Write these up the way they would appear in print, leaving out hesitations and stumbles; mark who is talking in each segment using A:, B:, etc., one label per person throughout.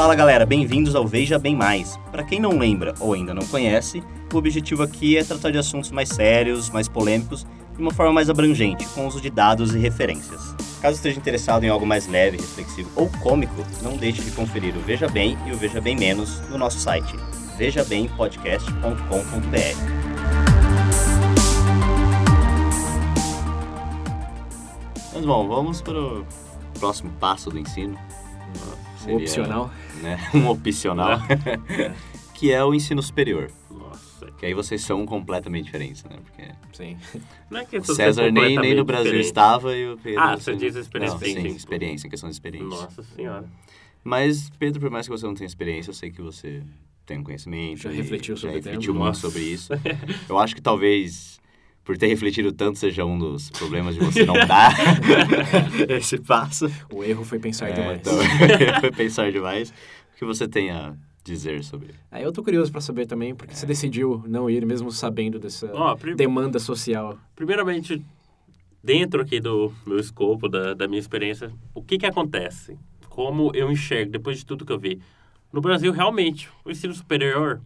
A: Fala galera, bem-vindos ao Veja Bem Mais. Para quem não lembra ou ainda não conhece, o objetivo aqui é tratar de assuntos mais sérios, mais polêmicos, de uma forma mais abrangente, com o uso de dados e referências. Caso esteja interessado em algo mais leve, reflexivo ou cômico, não deixe de conferir o Veja Bem e o Veja Bem Menos no nosso site, vejabempodcast.com.br. Mas bom, vamos para o próximo passo do ensino.
B: Seria, opcional.
A: Né, um opcional, que é o ensino superior. Nossa. Que aí vocês são completamente diferentes, né? Porque
B: sim.
C: Não é que
A: o César nem no Brasil
C: diferente.
A: Estava e o Pedro...
C: você diz experiência.
A: Não, sim, experiência, em questão de experiência.
C: Nossa Senhora.
A: Mas, Pedro, por mais que você não tenha experiência, eu sei que você tem um conhecimento.
B: Já refletiu
A: muito sobre isso. Eu acho que talvez... Por ter refletido tanto, seja um dos problemas de você não dar esse passo.
B: O erro foi pensar demais.
A: Então, foi pensar demais. O que você tem a dizer sobre?
B: Eu tô curioso para saber também, porque você decidiu não ir, mesmo sabendo dessa demanda social.
C: Primeiramente, dentro aqui do meu escopo, da minha experiência, o que acontece? Como eu enxergo, depois de tudo que eu vi. No Brasil, realmente, o ensino superior...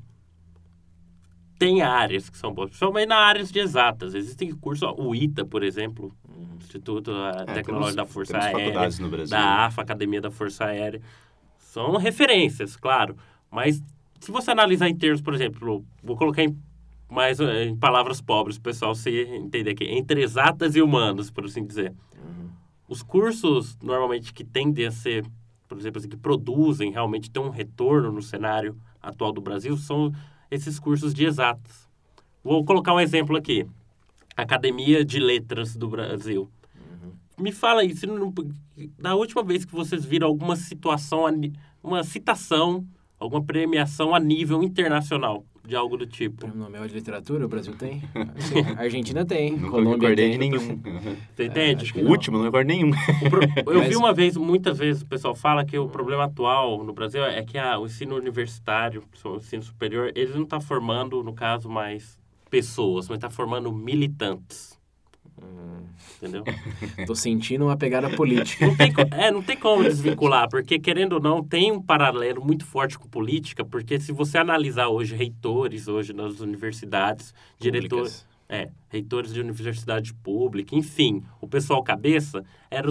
C: Tem áreas que são boas, principalmente na áreas de exatas. Existem cursos, o ITA, por exemplo, Instituto Tecnológico da Força Aérea,
A: no Brasil.
C: Da AFA, Academia da Força Aérea. São referências, claro. Mas se você analisar em termos, por exemplo, vou colocar em palavras pobres, o pessoal se entender aqui, entre exatas e humanos, por assim dizer. Os cursos, normalmente, que tendem a ser, por exemplo, assim, que produzem, realmente ter um retorno no cenário atual do Brasil, são... esses cursos de exatas. Vou colocar um exemplo aqui. Academia de Letras do Brasil. Me fala aí, da última vez que vocês viram alguma situação, uma citação, alguma premiação a nível internacional de algo do tipo.
B: Prêmio Nobel de Literatura, o Brasil tem? Sim, a Argentina tem.
A: Nunca
B: Colômbia
A: recordei
B: tem.
A: de nenhum.
C: Você entende?
A: O último, não recordo nenhum.
C: Eu vi muitas vezes o pessoal fala que o problema atual no Brasil é que o ensino universitário, o ensino superior, ele não está formando, no caso, mais pessoas, mas está formando militantes. Entendeu?
B: Tô sentindo uma pegada política.
C: Não tem como desvincular, porque, querendo ou não, tem um paralelo muito forte com política, porque se você analisar hoje reitores, hoje nas universidades, diretores... reitores de universidade pública, enfim, o pessoal cabeça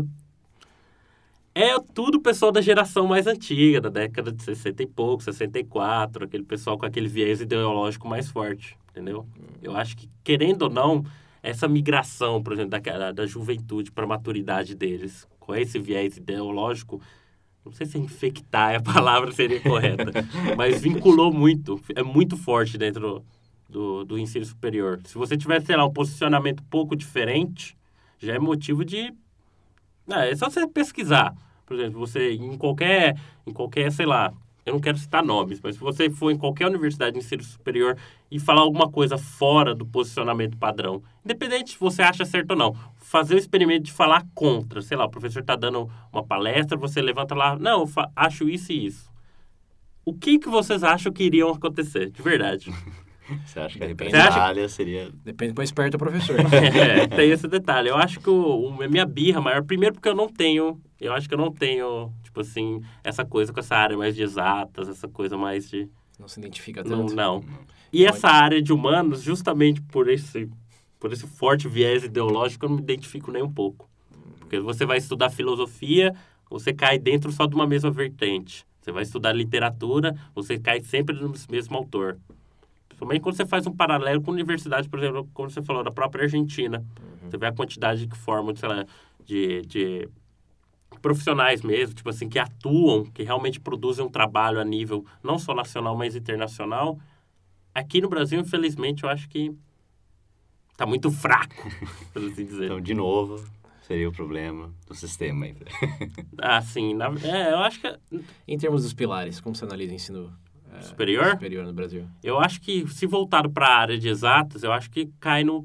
C: é tudo o pessoal da geração mais antiga, da década de 60 e pouco, 64, aquele pessoal com aquele viés ideológico mais forte, entendeu? Eu acho que, querendo ou não, essa migração, por exemplo, da juventude para a maturidade deles, com esse viés ideológico, não sei se infectar a palavra seria correta, mas vinculou muito, é muito forte dentro do ensino superior. Se você tiver, sei lá, um posicionamento um pouco diferente, já é motivo de... é só você pesquisar. Por exemplo, você em qualquer, sei lá, eu não quero citar nomes, mas se você for em qualquer universidade de ensino superior e falar alguma coisa fora do posicionamento padrão, independente se você acha certo ou não, fazer o experimento de falar contra. Sei lá, o professor está dando uma palestra, você levanta lá, não, eu acho isso e isso. O que vocês acham que iriam acontecer, de verdade?
A: Você acha que a represália seria...
B: Depende do quão esperto o professor.
C: Tem esse detalhe. Eu acho que a minha birra maior... Primeiro porque eu acho que eu não tenho, tipo assim, essa coisa com essa área mais de exatas, essa coisa mais de...
B: Não se identifica tanto.
C: Não. E essa área de humanos, justamente por esse forte viés ideológico, eu não me identifico nem um pouco. Porque você vai estudar filosofia, você cai dentro só de uma mesma vertente. Você vai estudar literatura, você cai sempre no mesmo autor. Principalmente quando você faz um paralelo com a universidade, por exemplo, como você falou, da própria Argentina. Você vê a quantidade que formam, sei lá, de profissionais mesmo, tipo assim, que atuam, que realmente produzem um trabalho a nível não só nacional, mas internacional. Aqui no Brasil, infelizmente, eu acho que tá muito fraco, por assim dizer.
A: Então, de novo, seria o problema do sistema aí.
C: Sim. Eu acho que...
B: Em termos dos pilares, como você analisa o ensino...
C: superior
B: no Brasil?
C: Eu acho que, se voltado para a área de exatas, eu acho que cai no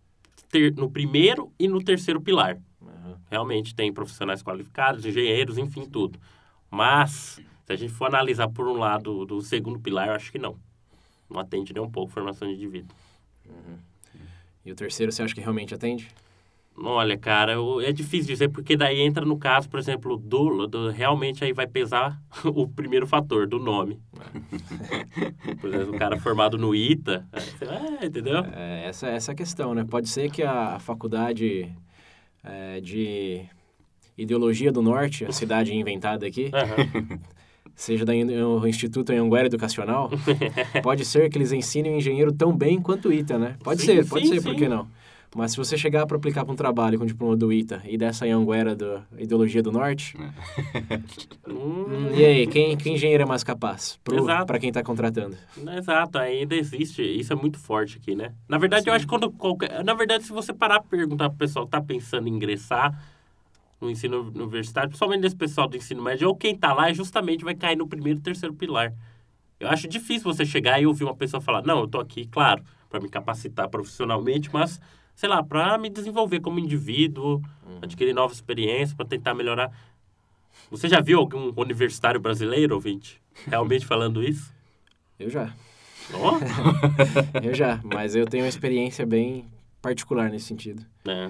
C: primeiro e no terceiro pilar. Realmente tem profissionais qualificados, engenheiros, enfim, tudo. Mas, se a gente for analisar por um lado do segundo pilar, eu acho que não. Não atende nem um pouco a formação de indivíduo.
B: E o terceiro, você acha que realmente atende?
C: Olha, cara, é difícil dizer, porque daí entra no caso, por exemplo, realmente aí vai pesar o primeiro fator, do nome. Por exemplo, o cara formado no ITA, entendeu?
B: Essa é a questão, né? Pode ser que a faculdade de Ideologia do Norte, a cidade inventada aqui, seja do Instituto Anhanguera Educacional, pode ser que eles ensinem o engenheiro tão bem quanto o ITA, né? Pode ser, por que não? Mas se você chegar para aplicar para um trabalho com o diploma do ITA e dessa Anhanguera da Ideologia do Norte, e aí, que engenheiro é mais capaz? Para quem está contratando.
C: Exato, ainda existe. Isso é muito forte aqui, né? Na verdade, eu acho que na verdade, se você parar para perguntar para o pessoal que está pensando em ingressar no ensino universitário, principalmente desse pessoal do ensino médio, ou quem está lá, justamente vai cair no primeiro e terceiro pilar. Eu acho difícil você chegar e ouvir uma pessoa falar, não, eu tô aqui, claro, para me capacitar profissionalmente, mas, sei lá, para me desenvolver como indivíduo, adquirir novas experiências, para tentar melhorar. Você já viu algum universitário brasileiro, ouvinte, realmente falando isso?
B: Eu já.
C: Oh?
B: Eu já, mas eu tenho uma experiência bem particular nesse sentido.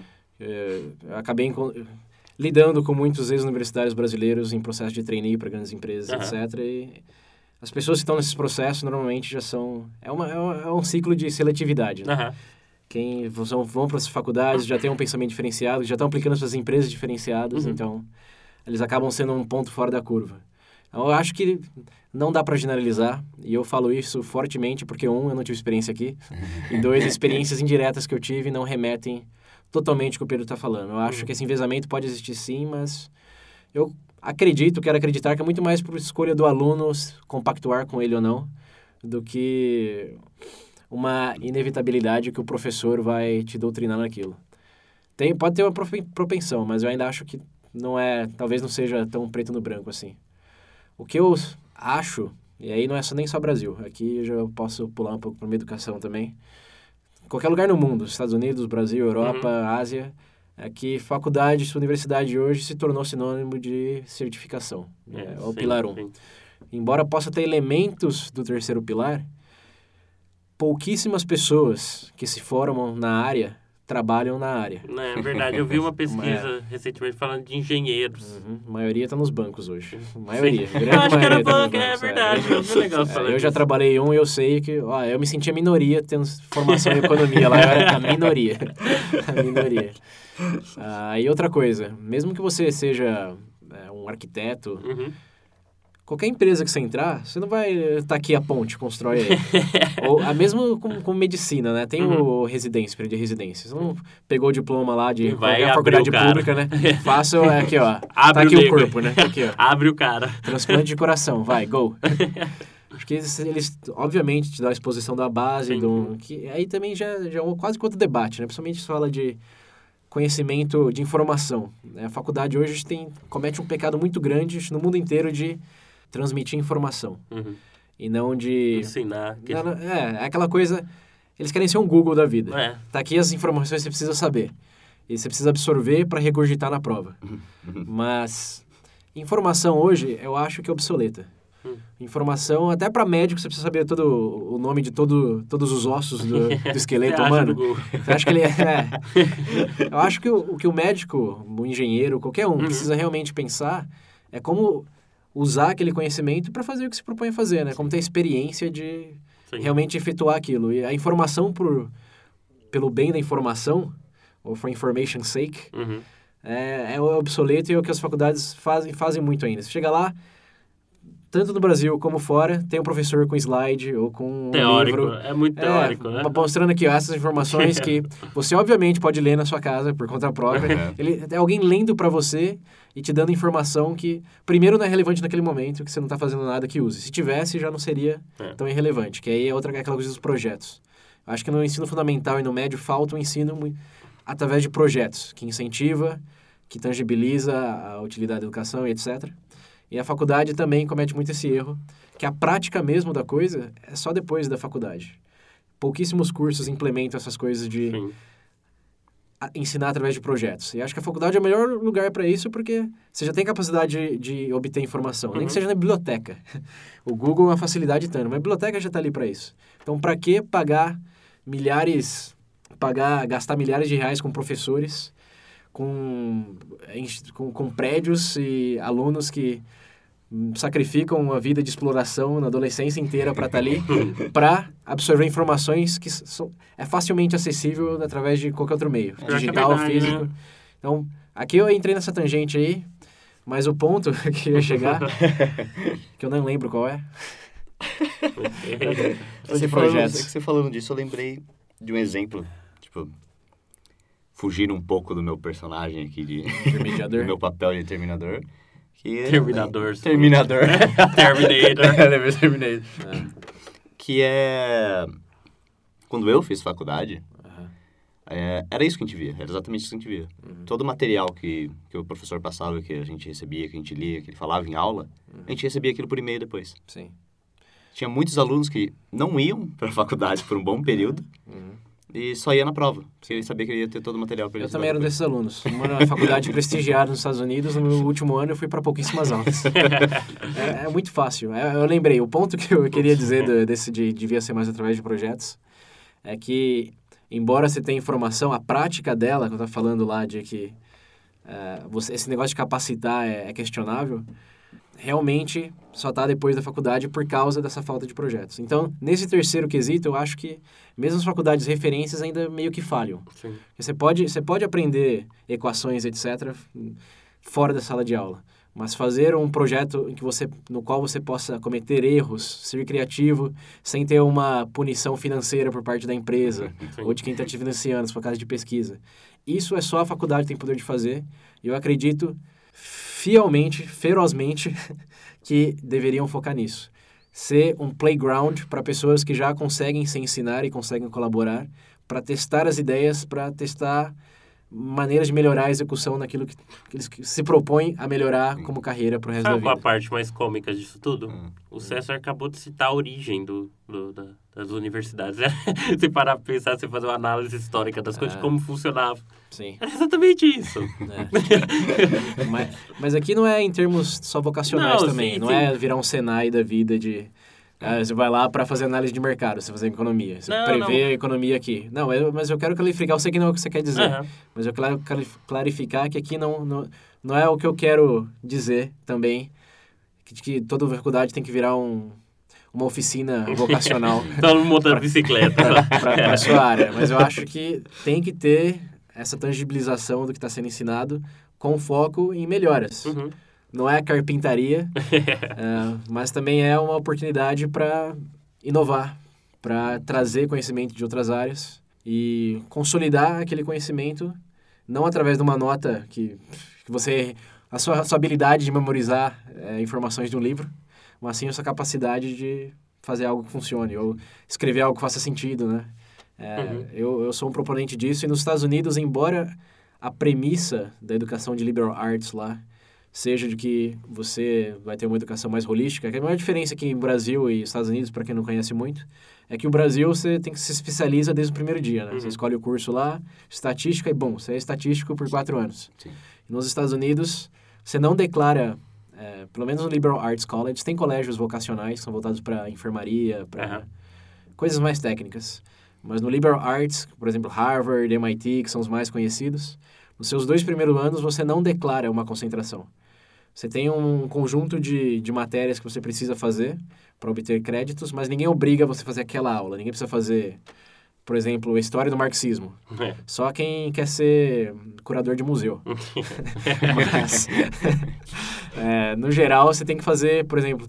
B: Eu acabei lidando com muitos ex-universitários brasileiros em processo de trainee para grandes empresas, etc. E as pessoas que estão nesses processos normalmente já são... É um ciclo de seletividade, né? Quem vão para as faculdades já tem um pensamento diferenciado, já estão aplicando para as empresas diferenciadas, então eles acabam sendo um ponto fora da curva. Então, eu acho que não dá para generalizar, e eu falo isso fortemente porque, eu não tive experiência aqui, e 2, experiências indiretas que eu tive não remetem totalmente o que o Pedro está falando. Eu acho que esse envezamento pode existir sim, mas eu quero acreditar que é muito mais por escolha do aluno compactuar com ele ou não, do que uma inevitabilidade que o professor vai te doutrinar naquilo. Pode ter uma propensão, mas eu ainda acho que talvez não seja tão preto no branco assim. O que eu acho, e aí não é nem só Brasil, aqui eu já posso pular um pouco para minha educação também, qualquer lugar no mundo, Estados Unidos, Brasil, Europa, Ásia, é que faculdade, universidade hoje se tornou sinônimo de certificação. É o pilar 1. Embora possa ter elementos do terceiro pilar, pouquíssimas pessoas que se formam na área trabalham na área.
C: É verdade, eu vi uma pesquisa recentemente falando de engenheiros.
B: A maioria está nos bancos hoje. A maioria.
C: Eu acho que era banco, é verdade. É legal falar
B: eu já trabalhei e eu sei que... eu me sentia minoria tendo formação em economia lá. Eu era a minoria. E outra coisa, mesmo que você seja um arquiteto... Qualquer empresa que você entrar, você não vai estar aqui a ponte, constrói aí. Ou mesmo com medicina, né? Tem o período de residência. Você não pegou o diploma lá de qualquer faculdade pública, né? Faça aqui, ó.
C: Abre
B: tá aqui o corpo, né? Aqui, ó.
C: Abre o cara.
B: Transplante de coração, vai, go. Acho que eles obviamente, te dão a exposição da base, que aí também já é quase que outro debate, né? Principalmente se fala de conhecimento de informação. A faculdade hoje comete um pecado muito grande no mundo inteiro de transmitir informação. E não de...
C: ensinar.
B: É aquela coisa... Eles querem ser um Google da vida. Tá aqui as informações que você precisa saber. E você precisa absorver para regurgitar na prova. Mas informação hoje, eu acho que é obsoleta. Informação, até para médico, você precisa saber o nome de todos os ossos do esqueleto humano. Você acha que ele Eu acho que o médico, o engenheiro, qualquer um, precisa realmente pensar é como usar aquele conhecimento para fazer o que se propõe a fazer, né? Como ter a experiência de realmente efetuar aquilo. E a informação pelo bem da informação, ou for information's sake, é obsoleto e é o que as faculdades fazem muito ainda. Você chega lá, tanto no Brasil como fora, tem um professor com slide ou com
C: teórico,
B: livro.
C: É muito teórico, né?
B: Mostrando aqui essas informações que você obviamente pode ler na sua casa por conta própria. É alguém lendo para você e te dando informação que, primeiro, não é relevante naquele momento, que você não está fazendo nada que use. Se tivesse, já não seria tão irrelevante, que aí é aquela coisa dos projetos. Acho que no ensino fundamental e no médio falta um ensino através de projetos, que incentiva, que tangibiliza a utilidade da educação e etc. E a faculdade também comete muito esse erro, que a prática mesmo da coisa é só depois da faculdade. Pouquíssimos cursos implementam essas coisas de ensinar através de projetos. E acho que a faculdade é o melhor lugar para isso, porque você já tem capacidade de obter informação, nem que seja na biblioteca. O Google é uma facilidade tanto, mas a biblioteca já está ali para isso. Então, para que gastar milhares de reais com professores com prédios e alunos que sacrificam a vida de exploração na adolescência inteira para estar ali, para absorver informações que é facilmente acessível através de qualquer outro meio, digital, físico. Né? Então, aqui eu entrei nessa tangente aí, mas o ponto que eu ia chegar, que eu não lembro qual é.
A: Você falando disso, eu lembrei de um exemplo, tipo, fugir um pouco do meu personagem aqui de do meu papel de Terminador.
C: Terminator.
A: Terminator.
C: Terminator.
A: Que é... Quando eu fiz faculdade, era isso que a gente via. Era exatamente isso que a gente via. Todo o material que o professor passava, que a gente recebia, que a gente lia, que ele falava em aula, a gente recebia aquilo por e-mail depois.
B: Sim.
A: Tinha muitos alunos que não iam para a faculdade por um bom período, e só ia na prova, porque ele sabia que ele ia ter todo o material para ele.
B: Eu também era desses alunos. Uma faculdade prestigiada nos Estados Unidos, no meu último ano eu fui para pouquíssimas aulas. É muito fácil. Eu lembrei, o ponto que eu queria dizer desse devia ser mais através de projetos, é que, embora você tenha informação, a prática dela, que eu estava falando lá de que esse negócio de capacitar é questionável, realmente só está depois da faculdade por causa dessa falta de projetos. Então, nesse terceiro quesito, eu acho que mesmo as faculdades referências ainda meio que falham.
C: Sim.
B: Você pode aprender equações, etc., fora da sala de aula, mas fazer um projeto no qual você possa cometer erros, ser criativo, sem ter uma punição financeira por parte da empresa ou de quem está te financiando, por causa de pesquisa. Isso é só a faculdade tem poder de fazer, e eu acredito fielmente, ferozmente, que deveriam focar nisso. Ser um playground para pessoas que já conseguem se ensinar e conseguem colaborar, para testar as ideias, para testar maneiras de melhorar a execução naquilo que eles se propõem a melhorar como carreira para o resto da vida.
C: Sabe qual a parte mais cômica disso tudo? O César acabou de citar a origem das universidades. Você parar para pensar, você fazer uma análise histórica das coisas, como funcionava.
B: Sim.
C: É exatamente isso.
B: Mas aqui não é em termos só vocacionais também.
C: Sim,
B: não é virar um Senai da vida de... você vai lá para fazer análise de mercado, você fazer economia. Você prevê a economia aqui. Não, mas eu quero clarificar. Eu sei que não é o que você quer dizer. Mas eu quero clarificar que aqui não é o que eu quero dizer também. Que toda faculdade tem que virar uma oficina vocacional.
C: Todo mundo montando bicicleta.
B: Para a sua área. Mas eu acho que tem que ter essa tangibilização do que está sendo ensinado com foco em melhoras. Não é carpintaria, mas também é uma oportunidade para inovar, para trazer conhecimento de outras áreas e consolidar aquele conhecimento, não através de uma nota que você... A sua habilidade de memorizar informações de um livro, mas sim a sua capacidade de fazer algo que funcione, ou escrever algo que faça sentido, né? Eu sou um proponente disso, e nos Estados Unidos, embora a premissa da educação de liberal arts lá seja de que você vai ter uma educação mais holística, a maior diferença aqui em Brasil e Estados Unidos, para quem não conhece muito, é que o Brasil você tem que se especializa desde o primeiro dia, né? Você escolhe o curso lá, estatística, e bom, você é estatístico por 4 anos.
A: Sim.
B: E nos Estados Unidos, você não declara, pelo menos no Liberal Arts College, tem colégios vocacionais que são voltados para enfermaria, para coisas mais técnicas. Mas no Liberal Arts, por exemplo, Harvard, MIT, que são os mais conhecidos, nos seus 2 primeiros anos você não declara uma concentração. Você tem um conjunto de matérias que você precisa fazer para obter créditos, mas ninguém obriga você a fazer aquela aula. Ninguém precisa fazer, por exemplo, a história do marxismo. Só quem quer ser curador de museu. Mas, no geral, você tem que fazer, por exemplo,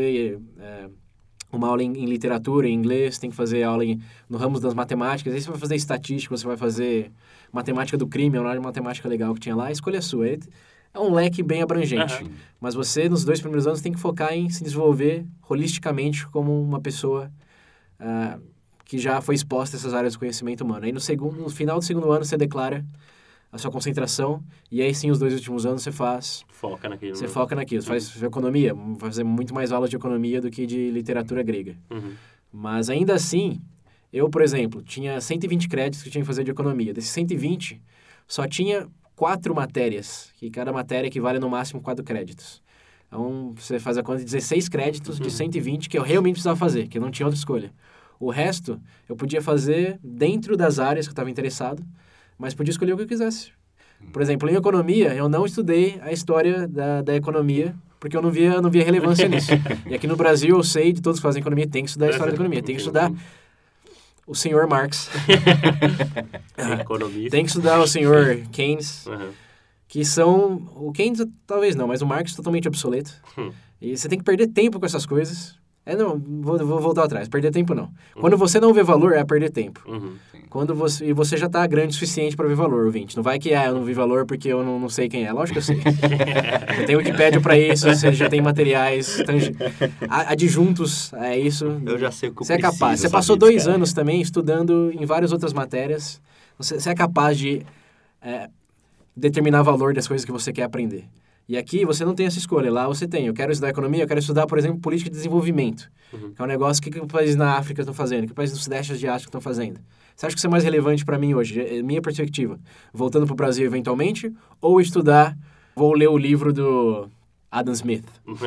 B: uma aula em literatura, em inglês, tem que fazer aula no ramo das matemáticas. Aí você vai fazer estatística, você vai fazer matemática do crime, é uma área de matemática legal que tinha lá, a escolha é sua. É um leque bem abrangente. Mas você, nos 2 primeiros anos, tem que focar em se desenvolver holisticamente como uma pessoa que já foi exposta a essas áreas do conhecimento humano. Aí no final do 2º ano, você declara a sua concentração, e aí sim, os 2 últimos anos você
C: foca naquilo.
B: Você foca naquilo. Você faz economia, vai fazer muito mais aulas de economia do que de literatura grega. Mas ainda assim, eu, por exemplo, tinha 120 créditos que eu tinha que fazer de economia. Desses 120, só tinha 4 matérias, que cada matéria equivale no máximo 4 créditos. Então, você faz a conta de 16 créditos de 120 que eu realmente precisava fazer, que eu não tinha outra escolha. O resto, eu podia fazer dentro das áreas que eu estava interessado, mas podia escolher o que eu quisesse. Por exemplo, em economia, eu não estudei a história da economia, porque eu não via relevância nisso. E aqui no Brasil, eu sei de todos que fazem economia, tem que estudar a história da economia, tem que estudar o senhor Marx, tem que estudar o senhor Keynes, que são... O Keynes talvez não, mas o Marx é totalmente obsoleto. E você tem que perder tempo com essas coisas. Não, vou voltar atrás. Perder tempo, não. Quando você não vê valor, é perder tempo. Quando você já está grande o suficiente para ver valor, ouvinte. Não vai que, eu não vi valor porque eu não sei quem é. Lógico que eu sei. Você tem Wikipédia para isso, você já tem materiais adjuntos a isso.
A: Eu já sei o que eu
B: Você é capaz. Você passou 2 anos também estudando em várias outras matérias. Você é capaz de determinar valor das coisas que você quer aprender. E aqui você não tem essa escolha. Lá você tem. Eu quero estudar economia, eu quero estudar, por exemplo, política de desenvolvimento. Que é um negócio que os países na África estão fazendo, que os países do Sudeste Asiático estão fazendo. Você acha que isso é mais relevante para mim hoje? É minha perspectiva. Voltando para o Brasil eventualmente, ou estudar, vou ler o livro do Adam Smith.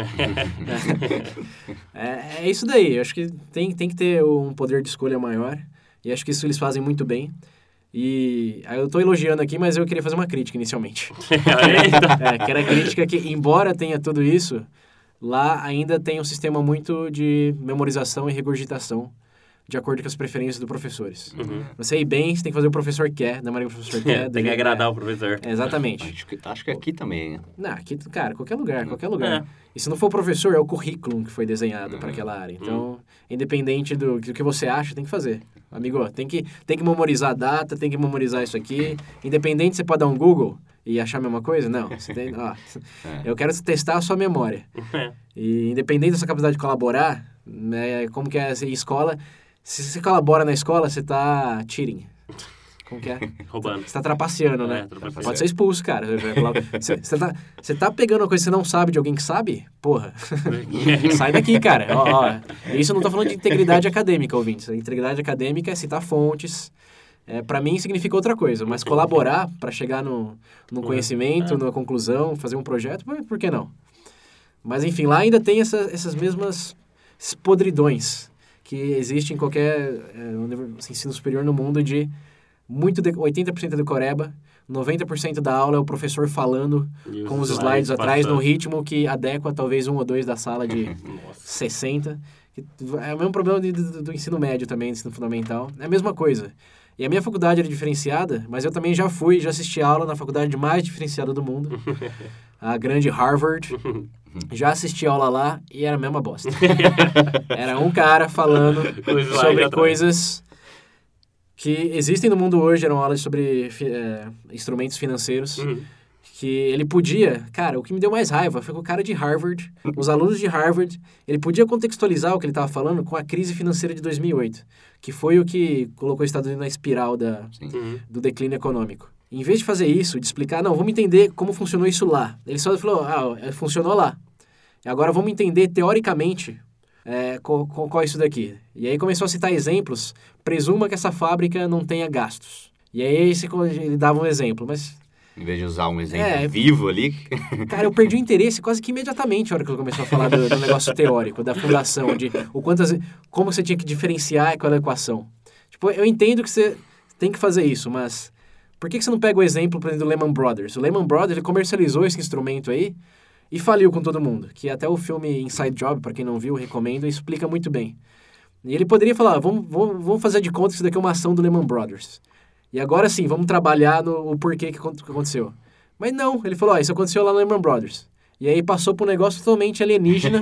B: É isso daí. Eu acho que tem que ter um poder de escolha maior. E acho que isso eles fazem muito bem. E eu estou elogiando aqui, mas eu queria fazer uma crítica inicialmente. Que era a crítica que, embora tenha tudo isso, lá ainda tem um sistema muito de memorização e regurgitação, de acordo com as preferências dos professores. Você ir bem, você tem que fazer o professor quer, da maneira que o professor quer.
C: Tem que agradar o professor.
B: Exatamente.
A: Acho que aqui também.
B: Não, aqui, cara, qualquer lugar. E se não for o professor, é o currículo que foi desenhado para aquela área. Então, independente do que você acha, tem que fazer. Amigo, tem que memorizar a data, tem que memorizar isso aqui. Independente, você pode dar um Google e achar a mesma coisa? Não. Você tem, eu quero testar a sua memória. E independente da sua capacidade de colaborar, né, como que é essa escola... Se você colabora na escola, você tá cheating. Como que é?
C: Roubando.
B: Você tá trapaceando, né?
C: Trapaceando.
B: Pode ser expulso, cara. Você tá pegando uma coisa que você não sabe de alguém que sabe? Porra. Sai daqui, cara. Isso eu não tô falando de integridade acadêmica, ouvintes. A integridade acadêmica é citar fontes. Pra mim significa outra coisa. Mas colaborar para chegar no conhecimento, numa conclusão, fazer um projeto, por que não? Mas enfim, lá ainda tem essas mesmas podridões que existe em qualquer ensino superior no mundo de 80% do coreba, 90% da aula é o professor falando com os slides atrás, num ritmo que adequa talvez 1 ou 2 da sala de 60. É o mesmo problema do ensino médio também, do ensino fundamental. É a mesma coisa. E a minha faculdade era diferenciada, mas eu também já assisti aula na faculdade mais diferenciada do mundo, a grande Harvard. Já assisti aula lá e era a mesma bosta. Era um cara falando sobre coisas que existem no mundo hoje, eram aulas sobre instrumentos financeiros, que ele podia... Cara, o que me deu mais raiva foi que o cara de Harvard, os alunos de Harvard, ele podia contextualizar o que ele estava falando com a crise financeira de 2008, que foi o que colocou os Estados Unidos na espiral do declínio econômico. Em vez de fazer isso, de explicar, não, vamos entender como funcionou isso lá. Ele só falou, funcionou lá. Agora vamos entender, teoricamente, qual é isso daqui. E aí começou a citar exemplos. Presuma que essa fábrica não tenha gastos. E aí ele dava um exemplo, mas...
A: Em vez de usar um exemplo vivo ali...
B: Cara, eu perdi o interesse quase que imediatamente na hora que eu comecei a falar do negócio teórico, da fundação, de como você tinha que diferenciar aquela equação. Tipo, eu entendo que você tem que fazer isso, mas... Por que você não pega o exemplo, por exemplo, do Lehman Brothers? O Lehman Brothers, ele comercializou esse instrumento aí e faliu com todo mundo. Que até o filme Inside Job, para quem não viu, recomendo, explica muito bem. E ele poderia falar, vamos fazer de conta que isso daqui é uma ação do Lehman Brothers. E agora sim, vamos trabalhar no porquê que aconteceu. Mas não, ele falou, isso aconteceu lá no Lehman Brothers. E aí passou para um negócio totalmente alienígena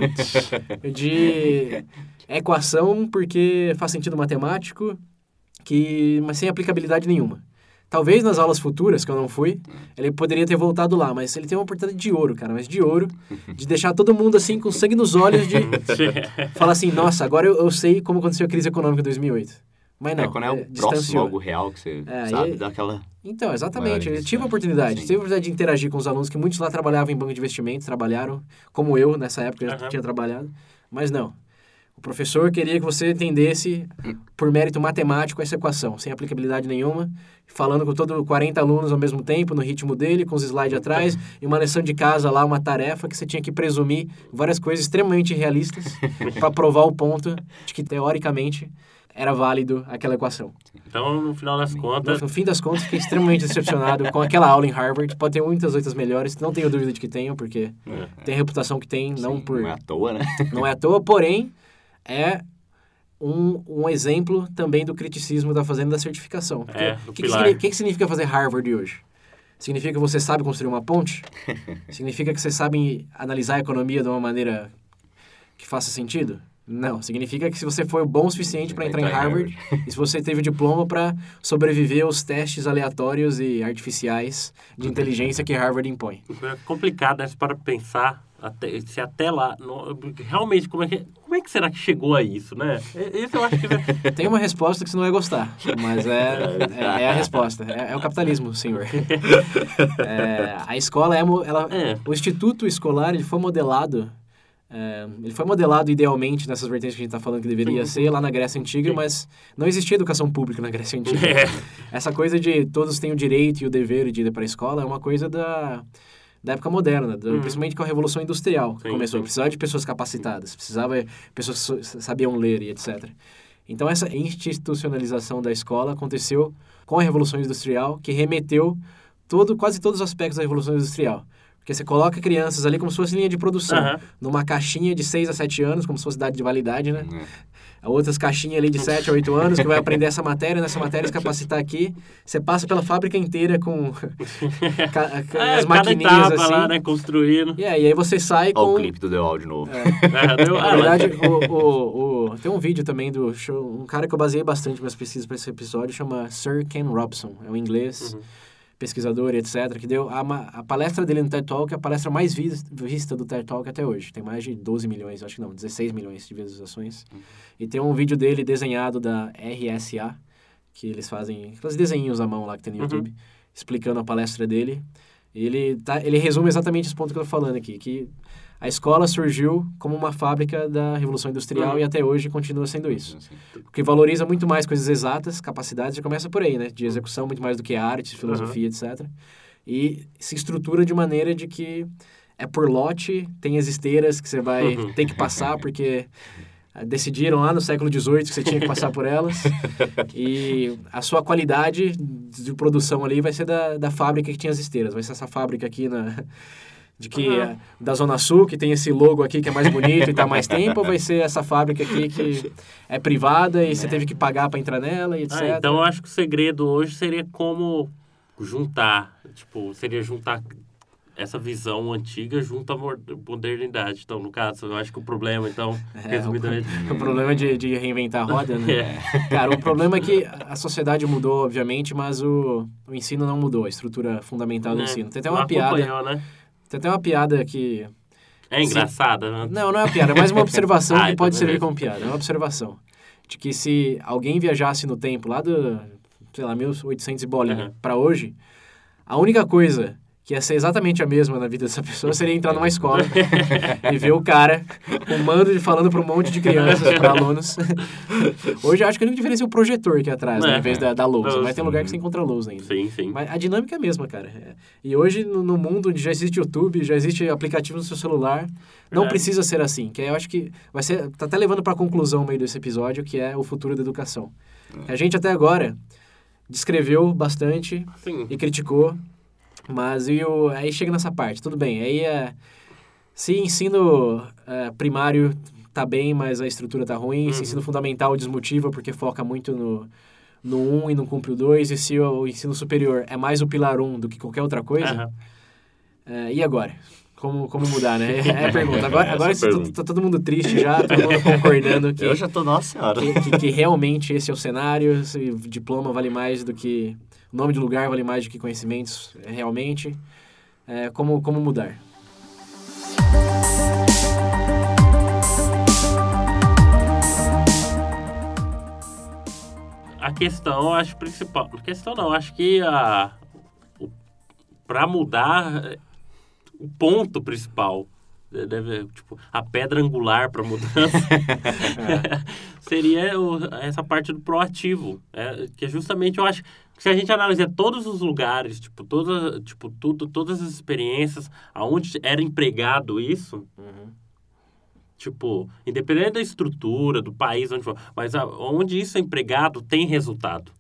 B: de equação, porque faz sentido matemático, mas sem aplicabilidade nenhuma. Talvez nas aulas futuras, que eu não fui, ele poderia ter voltado lá, mas ele tem uma oportunidade de ouro, cara, mas de ouro, de deixar todo mundo assim, com sangue nos olhos, de falar assim, nossa, agora eu sei como aconteceu a crise econômica de 2008. Mas não,
A: quando é o próximo algo real que você sabe, dá aquela...
B: Então, exatamente, eu tive a oportunidade de interagir com os alunos, que muitos lá trabalhavam em banco de investimentos, trabalharam, como eu, nessa época, eu tinha trabalhado, mas não. O professor queria que você entendesse, por mérito matemático, essa equação, sem aplicabilidade nenhuma, falando com 40 alunos ao mesmo tempo, no ritmo dele, com os slides atrás, e uma lição de casa lá, uma tarefa que você tinha que presumir várias coisas extremamente realistas para provar o ponto de que, teoricamente, era válido aquela equação.
C: Então, no final das contas...
B: No fim das contas, fiquei extremamente decepcionado com aquela aula em Harvard. Pode ter muitas outras melhores, não tenho dúvida de que tenham, porque tem a reputação que tem, não
A: é à toa, né?
B: Não é à toa, porém, é um exemplo também do criticismo da fazenda da certificação. O que significa fazer Harvard hoje? Significa que você sabe construir uma ponte? Significa que você sabe analisar a economia de uma maneira que faça sentido? Não. Significa que se você foi bom o suficiente para entrar em Harvard e se você teve o diploma para sobreviver aos testes aleatórios e artificiais de inteligência que Harvard impõe.
C: É complicado, né? Para pensar se até lá... realmente, como é que será que chegou a isso, né? Isso eu acho que...
B: Tem uma resposta que você não vai gostar, mas é a resposta. É o capitalismo, senhor. A escola o instituto escolar ele foi modelado idealmente nessas vertentes que a gente está falando que deveria ser lá na Grécia Antiga, mas não existia educação pública na Grécia Antiga. Essa coisa de todos têm o direito e o dever de ir para a escola é uma coisa da época moderna, principalmente com a Revolução Industrial que começou. Precisava de pessoas capacitadas, precisava de pessoas que sabiam ler e etc. Então, essa institucionalização da escola aconteceu com a Revolução Industrial, que remeteu quase todos os aspectos da Revolução Industrial. Porque você coloca crianças ali como se fosse linha de produção, numa caixinha de 6 a 7 anos, como se fosse idade de validade, né? Outras caixinhas ali de 7 a 8 anos, que vai aprender essa matéria, nessa matéria se capacitar aqui. Você passa pela fábrica inteira com as maquininhas
C: assim. Lá, né? Construindo.
B: E aí você sai com...
A: Olha o clipe do The Wall de novo.
B: Na verdade, tem um vídeo também do show, um cara que eu baseei bastante minhas pesquisas para esse episódio, chama Sir Ken Robson, é um inglês... pesquisador e etc., que deu a palestra dele no TED Talk, é a palestra mais vista do TED Talk até hoje. Tem mais de 12 milhões, acho que não, 16 milhões de visualizações. E tem um vídeo dele desenhado da RSA, que eles fazem aqueles desenhinhos à mão lá que tem no YouTube, explicando a palestra dele. E ele resume exatamente esse ponto que eu tô falando aqui, que a escola surgiu como uma fábrica da Revolução Industrial e até hoje continua sendo isso. Porque valoriza muito mais coisas exatas, capacidades, já começa por aí, né? De execução, muito mais do que arte, filosofia, etc. E se estrutura de maneira de que é por lote, tem as esteiras que você vai ter que passar, porque decidiram lá no século XVIII que você tinha que passar por elas. E a sua qualidade de produção ali vai ser da fábrica que tinha as esteiras. Vai ser essa fábrica aqui da Zona Sul, que tem esse logo aqui que é mais bonito e está mais tempo, ou vai ser essa fábrica aqui que é privada e você teve que pagar para entrar nela e etc.
C: Então eu acho que o segredo hoje seria como juntar essa visão antiga junto à modernidade. Então, no caso, eu acho que o problema, resumidamente...
B: O problema de reinventar a roda, né? Cara, o problema é que a sociedade mudou, obviamente, mas o ensino não mudou, a estrutura fundamental do ensino. Tem até uma piada...
C: né?
B: Tem até uma piada que...
C: É engraçada, né?
B: Não é uma piada, é mais uma observação que pode servir como piada. É uma observação. De que se alguém viajasse no tempo lá do, 1800 e bolinha para hoje, a única coisa que ia ser exatamente a mesma na vida dessa pessoa seria entrar numa escola e ver o cara com um mando falando para um monte de crianças, para alunos. Hoje eu acho que a única diferença é o projetor aqui atrás, né, em vez da lousa. Mas tem lugar que você encontra lousa ainda.
C: Sim.
B: Mas a dinâmica é a mesma, cara. E hoje, no mundo onde já existe YouTube, já existe aplicativo no seu celular, não precisa ser assim. Que eu acho que tá até levando para a conclusão no meio desse episódio, que é o futuro da educação. A gente até agora descreveu bastante e criticou. Mas aí chega nessa parte, tudo bem. Aí se ensino primário tá bem, mas a estrutura tá ruim. Se ensino fundamental desmotiva porque foca muito no 1 e não cumpre o 2. E se o ensino superior é mais o pilar 1 do que qualquer outra coisa, e agora? Como mudar, né? É a pergunta. Agora tá todo mundo triste já, todo mundo concordando que...
A: Eu já tô, nossa senhora.
B: Que realmente esse é o cenário, esse diploma vale mais do que... O nome de lugar vale mais do que conhecimentos, realmente. Como mudar?
C: A questão, eu acho, principal... acho que para mudar, o ponto principal, a pedra angular para mudança, seria essa parte do proativo. Que justamente eu acho... Se a gente analisar todos os lugares, todas as experiências aonde era empregado isso, Tipo, independente da estrutura, do país, onde for, mas onde isso é empregado, tem resultado.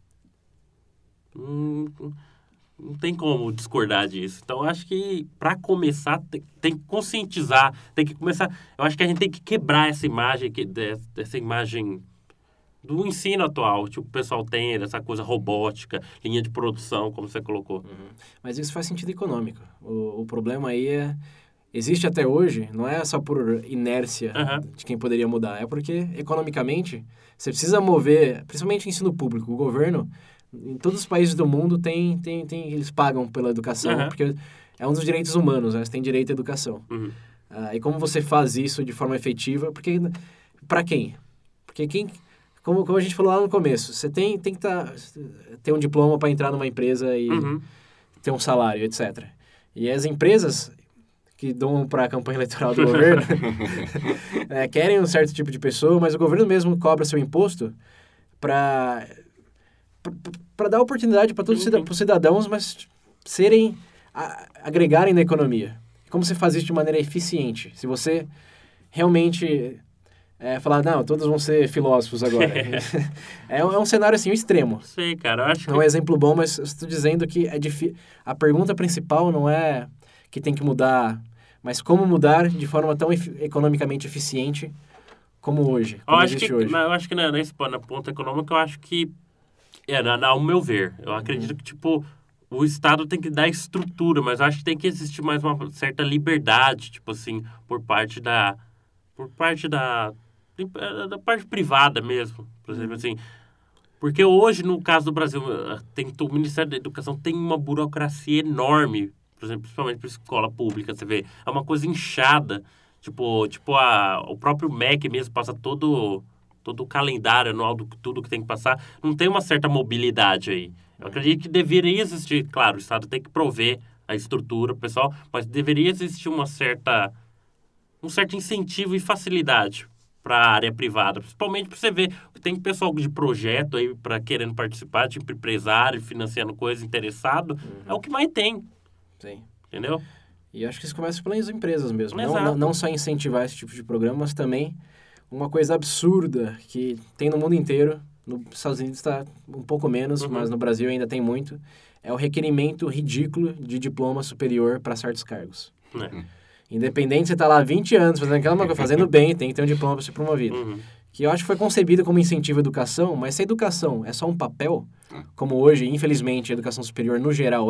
C: Não tem como discordar disso. Então, eu acho que, para começar, tem que conscientizar, tem que começar... Eu acho que a gente tem que quebrar essa imagem, essa imagem do ensino atual. Tipo, o pessoal tem essa coisa robótica, linha de produção, como você colocou.
B: Mas isso faz sentido econômico. O problema aí existe até hoje, não é só por inércia de quem poderia mudar, é porque, economicamente, você precisa mover, principalmente o ensino público, o governo... Em todos os países do mundo eles pagam pela educação, porque é um dos direitos humanos, né? Você tem direito à educação. E como você faz isso de forma efetiva? Porque para quem? Porque como a gente falou lá no começo, você tem que ter um diploma para entrar numa empresa e ter um salário, etc. E as empresas que dão para a campanha eleitoral do governo querem um certo tipo de pessoa, mas o governo mesmo cobra seu imposto para dar oportunidade para todos os cidadãos, mas agregarem na economia. Como você faz isso de maneira eficiente? Se você realmente falar, não, todos vão ser filósofos agora. É um cenário assim, extremo.
C: Sei, cara, eu acho que...
B: Não é um exemplo bom, mas eu estou dizendo que é difícil. A pergunta principal não é que tem que mudar, mas como mudar de forma tão economicamente eficiente como hoje, como existe hoje.
C: Eu acho que na ponta econômica, eu acho que ao meu ver, eu acredito que, tipo, o Estado tem que dar estrutura, mas eu acho que tem que existir mais uma certa liberdade, tipo assim, por parte da parte privada mesmo, por exemplo, assim. Porque hoje, no caso do Brasil, o Ministério da Educação tem uma burocracia enorme, por exemplo, principalmente para escola pública, você vê, é uma coisa inchada, tipo o próprio MEC mesmo passa todo o calendário anual de tudo que tem que passar, não tem uma certa mobilidade aí. Eu acredito que deveria existir, claro, o Estado tem que prover a estrutura, pessoal, mas deveria existir um certo incentivo e facilidade para a área privada, principalmente para você ver que tem pessoal de projeto aí para querendo participar, tipo empresário, financiando coisa, interessado, é o que mais tem.
B: Sim.
C: Entendeu?
B: E acho que isso começa pelas empresas mesmo,
C: não
B: só incentivar esse tipo de programa, mas também uma coisa absurda que tem no mundo inteiro, nos Estados Unidos está um pouco menos, mas no Brasil ainda tem muito, é o requerimento ridículo de diploma superior para certos cargos. Independente, você está lá há 20 anos fazendo aquela coisa, fazendo bem, tem que ter um diploma para ser promovido. Que eu acho que foi concebido como incentivo à educação, mas se a educação é só um papel, como hoje, infelizmente, a educação superior no geral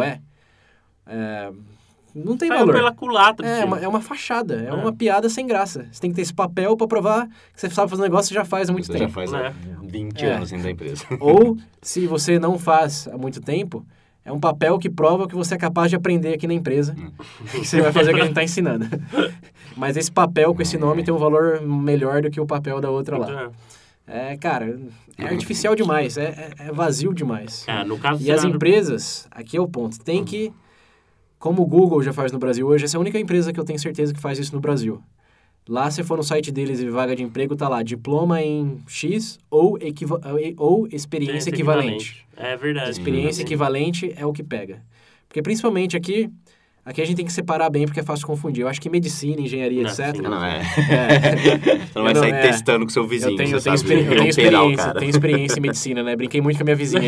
B: não tem valor.
C: Pela culatra.
B: É uma fachada, é uma piada sem graça. Você tem que ter esse papel para provar que você sabe fazer um negócio que você já faz há muito tempo.
A: Já faz há 20 anos dentro da empresa.
B: Ou, se você não faz há muito tempo, é um papel que prova que você é capaz de aprender aqui na empresa. Que você vai fazer o que a gente está ensinando. Mas esse papel com esse nome tem um valor melhor do que o papel da outra lá. Cara, é artificial demais, é vazio demais.
C: No caso
B: e as empresas, aqui é o ponto, tem que... Como o Google já faz no Brasil hoje, essa é a única empresa que eu tenho certeza que faz isso no Brasil. Lá, se for no site deles e vaga de emprego, tá lá, diploma em X ou experiência equivalente.
C: É verdade.
B: Experiência equivalente é o que pega. Porque, principalmente aqui a gente tem que separar bem, porque é fácil confundir. Eu acho que medicina, engenharia, etc.
A: Você não vai sair testando com seu vizinho.
B: Eu tenho experiência em medicina, né? Brinquei muito com a minha vizinha.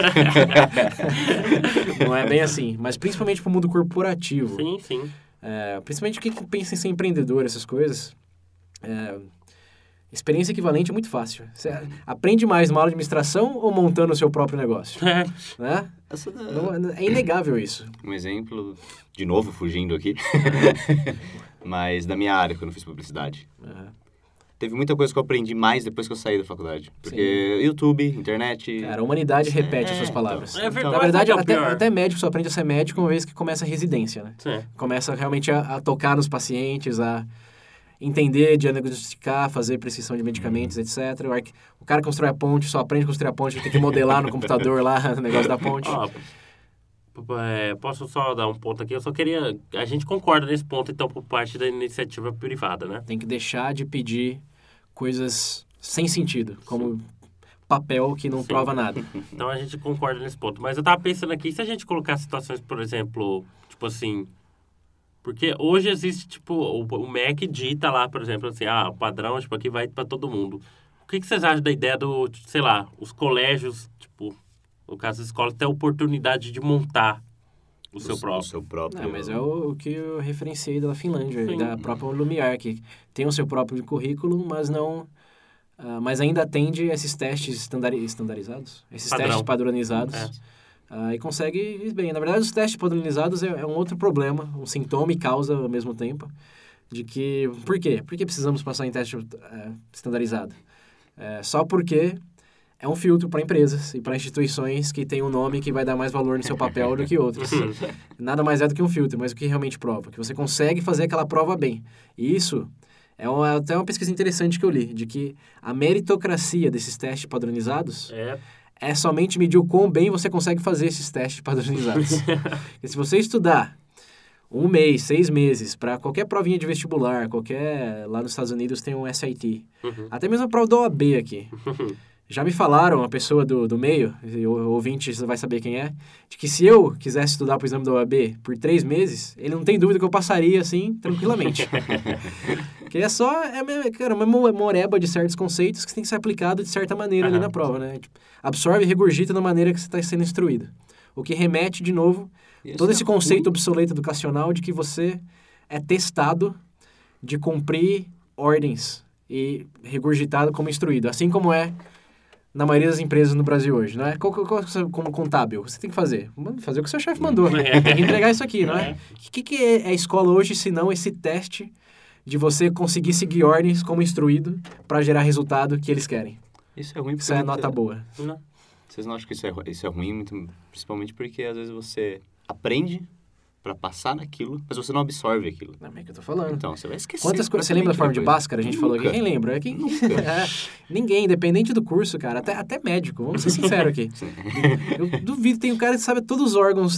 B: Não é bem assim. Mas principalmente pro mundo corporativo.
C: Sim.
B: Principalmente quem pensa em ser empreendedor, essas coisas. Experiência equivalente é muito fácil. Você aprende mais numa aula de administração ou montando o seu próprio negócio? Né? É inegável isso.
A: Um exemplo, de novo fugindo aqui, mas da minha área, quando eu fiz publicidade. Teve muita coisa que eu aprendi mais depois que eu saí da faculdade. Porque YouTube, internet...
B: Cara, a humanidade repete as suas palavras.
C: Então,
B: na verdade, até médico só aprende a ser médico uma vez que começa a residência, né? Começa realmente a tocar nos pacientes, a entender, diagnosticar, fazer prescrição de medicamentos, etc. O cara constrói a ponte, só aprende a construir a ponte, tem que modelar no computador lá o negócio da ponte.
C: Posso só dar um ponto aqui? Eu só queria... A gente concorda nesse ponto, então, por parte da iniciativa privada, né?
B: Tem que deixar de pedir coisas sem sentido, como papel que não prova nada.
C: Então, a gente concorda nesse ponto. Mas eu tava pensando aqui, se a gente colocar situações, por exemplo, tipo assim... Porque hoje existe, tipo, o MEC dita lá, por exemplo, assim, o padrão, tipo, aqui vai para todo mundo. O que vocês acham da ideia do, sei lá, os colégios, tipo, no caso da escola, ter a oportunidade de montar o seu próprio.
B: Não, mas é o que eu referenciei da Finlândia, da própria Lumiar, que tem o seu próprio currículo, mas não... mas ainda atende esses testes estandarizados, esses testes padronizados. E consegue ir bem. Na verdade, os testes padronizados é um outro problema, um sintoma e causa ao mesmo tempo. De que... Por quê? Por que precisamos passar em teste estandarizado? Só porque é um filtro para empresas e para instituições que tem um nome que vai dar mais valor no seu papel do que outros. Nada mais é do que um filtro, mas o que realmente prova? Que você consegue fazer aquela prova bem. E isso é até uma pesquisa interessante que eu li, de que a meritocracia desses testes padronizados é somente medir o quão bem você consegue fazer esses testes padronizados. E se você estudar 1 mês, 6 meses, para qualquer provinha de vestibular, lá nos Estados Unidos tem um SAT, até mesmo a prova da OAB aqui. Já me falaram, a pessoa do meio, o ouvinte vai saber quem é, de que se eu quisesse estudar para o exame da OAB por 3 meses, ele não tem dúvida que eu passaria, assim, tranquilamente. Porque cara, uma moreba de certos conceitos que tem que ser aplicado de certa maneira ali na prova, né? Tipo, absorve e regurgita da maneira que você está sendo instruído. O que remete, de novo, todo esse conceito obsoleto educacional de que você é testado de cumprir ordens e regurgitado como instruído, assim como é na maioria das empresas no Brasil hoje, não é? Como contábil, você tem que fazer o que o seu chefe mandou, tem que entregar isso aqui, não é? O que é a escola hoje, se não esse teste de você conseguir seguir ordens como instruído para gerar resultado que eles querem?
A: Isso é ruim porque...
B: Isso é nota boa.
A: Não. Vocês não acham que isso é ruim, muito, principalmente porque às vezes você aprende para passar naquilo, mas você não absorve aquilo.
B: Não, é que eu tô falando.
A: Então, você vai esquecer.
B: Quantas coisas... Você lembra da forma de Bhaskara? A gente falou aqui. Quem lembra? Ninguém, independente do curso, cara. Até médico. Vamos ser sinceros aqui. Eu duvido. Tem um cara que sabe todos os órgãos,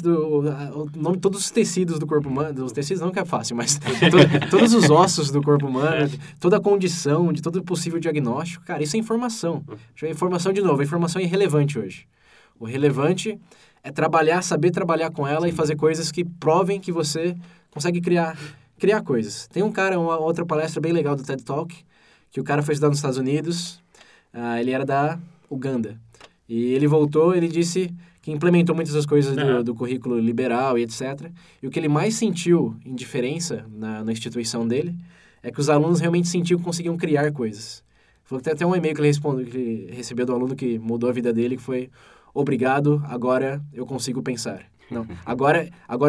B: o nome de todos os tecidos do corpo humano. Dos tecidos não que é fácil, mas todos os ossos do corpo humano, toda a condição, de todo o possível diagnóstico. Cara, isso é informação. Informação, de novo, a informação é irrelevante hoje. O relevante é saber trabalhar com ela e fazer coisas que provem que você consegue criar coisas. Tem uma outra palestra bem legal do TED Talk, que o cara foi estudar nos Estados Unidos, ele era da Uganda. E ele voltou, ele disse que implementou muitas das coisas do currículo liberal e etc. E o que ele mais sentiu em diferença na instituição dele é que os alunos realmente sentiam que conseguiam criar coisas. Falou que tem até um e-mail que ele recebeu do aluno que mudou a vida dele, que foi: obrigado, agora eu consigo pensar. Não, agora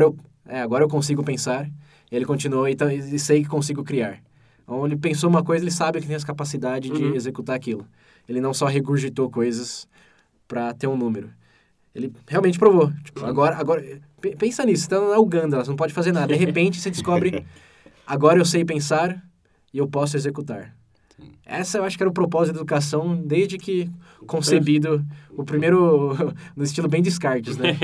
B: eu consigo pensar. E ele continuou, então, e sei que consigo criar. Então, ele pensou uma coisa, ele sabe que tem essa capacidade de executar aquilo. Ele não só regurgitou coisas para ter um número. Ele realmente provou. Tipo, agora, pensa nisso, você está na Uganda, você não pode fazer nada. De repente, você descobre, agora eu sei pensar e eu posso executar. Essa eu acho que era o propósito da educação desde que concebido, o primeiro no estilo bem Descartes, né?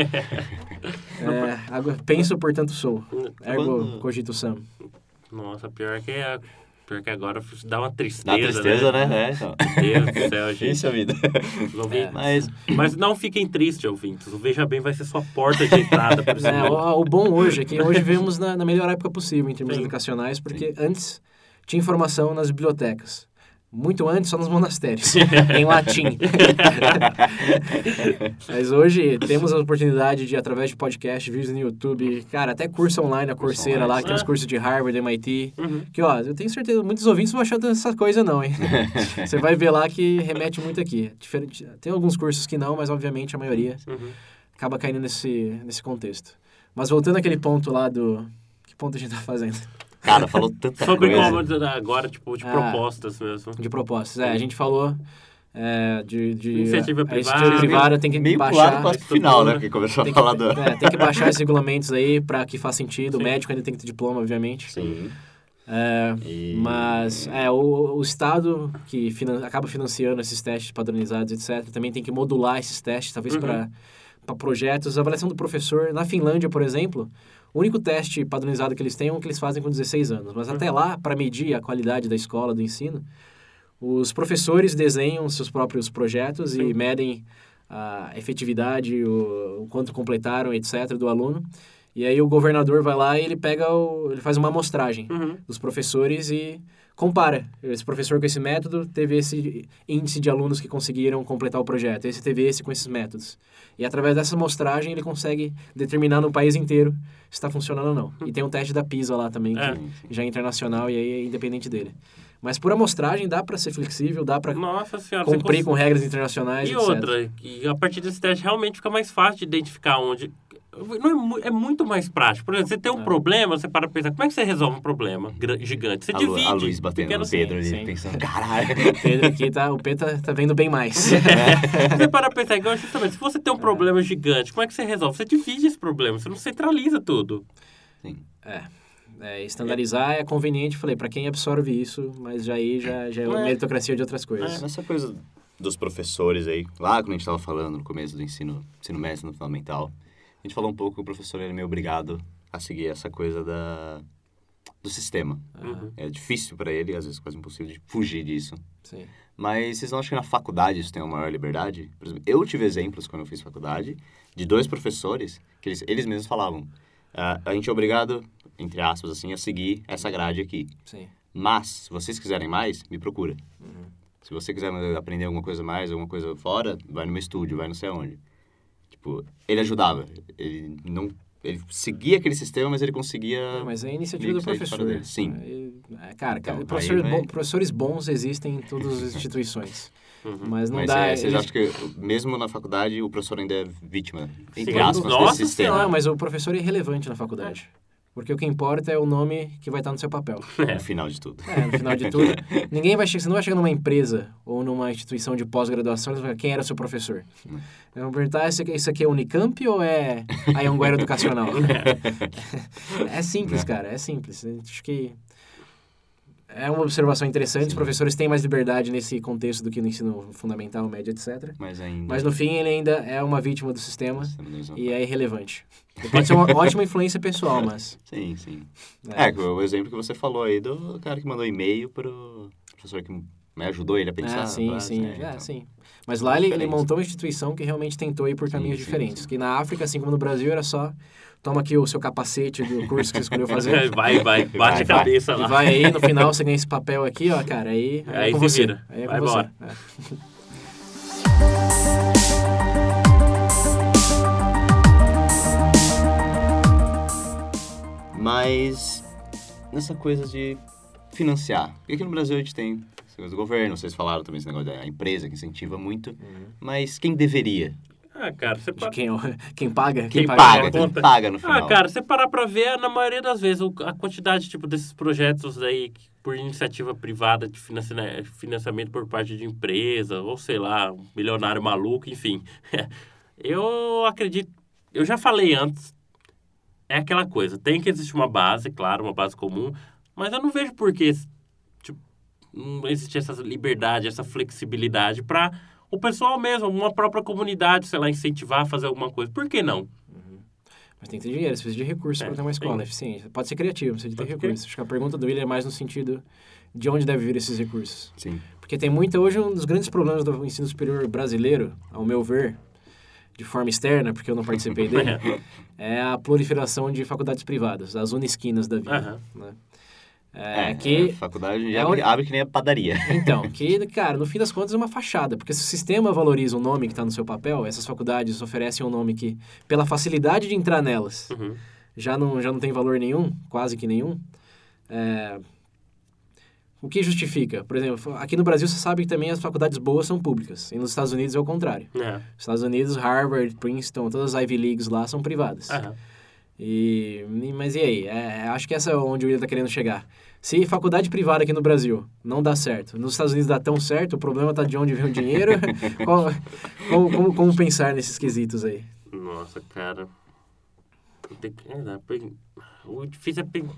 B: Penso, portanto sou. Ergo cogito sum.
C: Nossa, pior que agora dá uma tristeza,
A: dá tristeza, né?
C: Então. Meu Deus do céu, gente.
A: Isso é a vida.
C: Mas não fiquem tristes, ouvintes. O Veja Bem vai ser sua porta de entrada para
B: o bom hoje é que hoje vivemos na melhor época possível em termos educacionais, porque antes tinha informação nas bibliotecas. Muito antes, só nos monastérios, em latim. Mas hoje temos a oportunidade de, através de podcast, vídeos no YouTube, cara, até curso online, a Coursera lá, que tem os cursos de Harvard, MIT, que, ó, eu tenho certeza, muitos ouvintes não vão achar dessa coisa não, hein? Você vai ver lá que remete muito aqui. Tem alguns cursos que não, mas obviamente a maioria acaba caindo nesse contexto. Mas voltando àquele ponto lá Que ponto a gente tá fazendo?
A: Cara, falou tanta
C: sobre
A: coisa.
C: Sobre agora, tipo, de propostas mesmo.
B: De propostas, a gente falou de
C: iniciativa privada.
B: A iniciativa privada tem que
A: meio
B: baixar...
A: Meio pro final, né? Porque começou a falar do...
B: tem que baixar esses regulamentos aí para que faça sentido. Sim. O médico ainda tem que ter diploma, obviamente.
A: Sim.
B: Mas o Estado que acaba financiando esses testes padronizados, etc., também tem que modular esses testes, talvez para projetos. A avaliação do professor, na Finlândia, por exemplo... O único teste padronizado que eles têm é o que eles fazem com 16 anos. Mas até lá, para medir a qualidade da escola, do ensino, os professores desenham seus próprios projetos e medem a efetividade, o quanto completaram, etc., do aluno. E aí o governador vai lá e ele faz uma amostragem dos professores e compara. Esse professor com esse método teve esse índice de alunos que conseguiram completar o projeto. Esse teve esse com esses métodos. E através dessa amostragem ele consegue determinar no país inteiro se está funcionando ou não. E tem um teste da PISA lá também, que já é internacional e aí é independente dele. Mas por amostragem dá para ser flexível, dá para cumprir com regras internacionais,
C: e
B: etc.
C: outra, e a partir desse teste realmente fica mais fácil de identificar onde... É muito mais prático. Por exemplo, você tem um problema, você para pensar, como é que você resolve um problema gigante? Você divide.
A: A Luiz batendo no Pedro ali, pensando, caralho.
B: O Pedro tá vendo bem mais.
C: Você para pensar, igual justamente, se você tem um problema gigante, como é que você resolve? Você divide esse problema, você não centraliza tudo.
A: Sim.
B: Estandarizar é conveniente, falei, para quem absorve isso, mas já é uma meritocracia de outras coisas.
A: Essa coisa dos professores aí, lá quando a gente estava falando no começo do ensino médio, no fundamental, a gente falou um pouco que o professor ele é meio obrigado a seguir essa coisa do sistema. É difícil para ele, às vezes quase impossível de fugir disso.
B: Sim.
A: Mas vocês não acham que na faculdade isso tem uma maior liberdade? Por exemplo, eu tive exemplos quando eu fiz faculdade de 2 professores que eles mesmos falavam, a gente é obrigado, entre aspas, assim, a seguir essa grade aqui.
B: Sim.
A: Mas, se vocês quiserem mais, me procura. Se você quiser aprender alguma coisa mais, alguma coisa fora, vai no meu estúdio, vai não sei aonde. Tipo, ele ajudava. Ele seguia aquele sistema, mas ele conseguia...
B: Mas é a iniciativa do professor.
A: Sim.
B: Cara, professores bons existem em todas as instituições. Mas não
A: mas
B: dá...
A: Vocês acham que, mesmo na faculdade, o professor ainda é vítima, entre
C: Sim,
A: aspas, desse sistema?
B: Não, mas o professor é irrelevante na faculdade. Porque o que importa é o nome que vai estar no seu papel.
A: No final de tudo.
B: No final de tudo. Você não vai chegar numa empresa ou numa instituição de pós-graduação e falar quem era o seu professor. Vão perguntar, isso aqui é Unicamp ou é a Anhanguera Educacional? É simples, cara, é simples. Acho que é uma observação interessante. Os professores têm mais liberdade nesse contexto do que no ensino fundamental, médio, etc. Mas no fim ele ainda é uma vítima do sistema e é irrelevante. Pode ser uma ótima influência pessoal, mas...
A: Sim. O exemplo que você falou aí do cara que mandou e-mail pro professor que me ajudou ele a pensar.
B: Sim. Mas lá ele montou uma instituição que realmente tentou ir por caminhos diferentes. Que na África, assim como no Brasil, era só... Toma aqui o seu capacete do curso que você escolheu fazer.
C: Vai, bate a cabeça lá.
B: E vai aí, no final você ganha esse papel aqui, ó, cara, aí é com você.
C: Vira.
B: Aí é
C: vai
B: com
C: embora.
B: Você.
A: Mas nessa coisa de financiar. Porque aqui no Brasil a gente tem essa coisa do governo, vocês falaram também esse negócio da empresa que incentiva muito. Mas quem deveria?
C: Cara, você
B: quem paga?
A: Quem paga no final?
C: Cara, você parar pra ver, na maioria das vezes, a quantidade tipo, desses projetos aí por iniciativa privada de financiamento por parte de empresa, ou sei lá, um milionário maluco, enfim. Eu acredito, eu já falei antes, é aquela coisa, tem que existir uma base, claro, uma base comum, mas eu não vejo por que não existe essa liberdade, essa flexibilidade para o pessoal mesmo, uma própria comunidade, sei lá, incentivar a fazer alguma coisa. Por que não?
B: Mas tem que ter dinheiro, você precisa de recursos para ter uma escola eficiente. Pode ser criativo, precisa de ter recursos. Acho que a pergunta do William é mais no sentido de onde deve vir esses recursos.
A: Sim.
B: Porque tem hoje um dos grandes problemas do ensino superior brasileiro, ao meu ver, de forma externa, porque eu não participei dele, é a proliferação de faculdades privadas, as unisquinas da vida. Né?
A: A faculdade abre que nem a padaria.
B: Então, cara, no fim das contas é uma fachada, porque se o sistema valoriza o nome que está no seu papel, essas faculdades oferecem um nome que, pela facilidade de entrar nelas, já não tem valor nenhum, quase que nenhum. O que justifica? Por exemplo, aqui no Brasil você sabe que também as faculdades boas são públicas, e nos Estados Unidos é o contrário. Nos Estados Unidos, Harvard, Princeton, todas as Ivy Leagues lá são privadas. Mas e aí? Acho que essa é onde o William está querendo chegar. Se faculdade privada aqui no Brasil não dá certo, nos Estados Unidos dá tão certo, o problema está de onde vem o dinheiro. Como pensar nesses quesitos aí?
C: Nossa, cara. O difícil é pensar.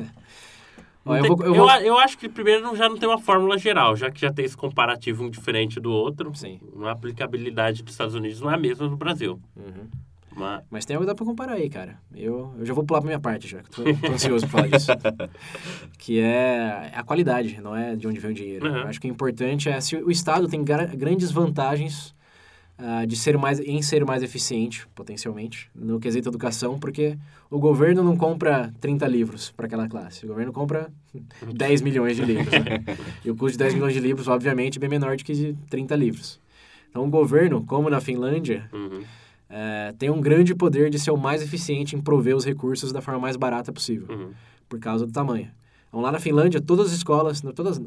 C: Eu acho que primeiro já não tem uma fórmula geral, já que já tem esse comparativo um diferente do outro.
B: Sim.
C: A aplicabilidade dos Estados Unidos não é a mesma do Brasil.
B: Mas tem algo que dá pra comparar aí, cara. Eu já vou pular pra minha parte já, tô ansioso pra falar disso. Que é a qualidade, não é de onde vem o dinheiro. Eu acho que o importante é se o Estado tem grandes vantagens de ser mais eficiente, potencialmente, no quesito educação, porque o governo não compra 30 livros para aquela classe. O governo compra 10 milhões de livros. Né? E o custo de 10 milhões de livros, obviamente, é bem menor do que de 30 livros. Então, o governo, como na Finlândia, tem um grande poder de ser o mais eficiente em prover os recursos da forma mais barata possível, por causa do tamanho. Então, lá na Finlândia, todas as escolas,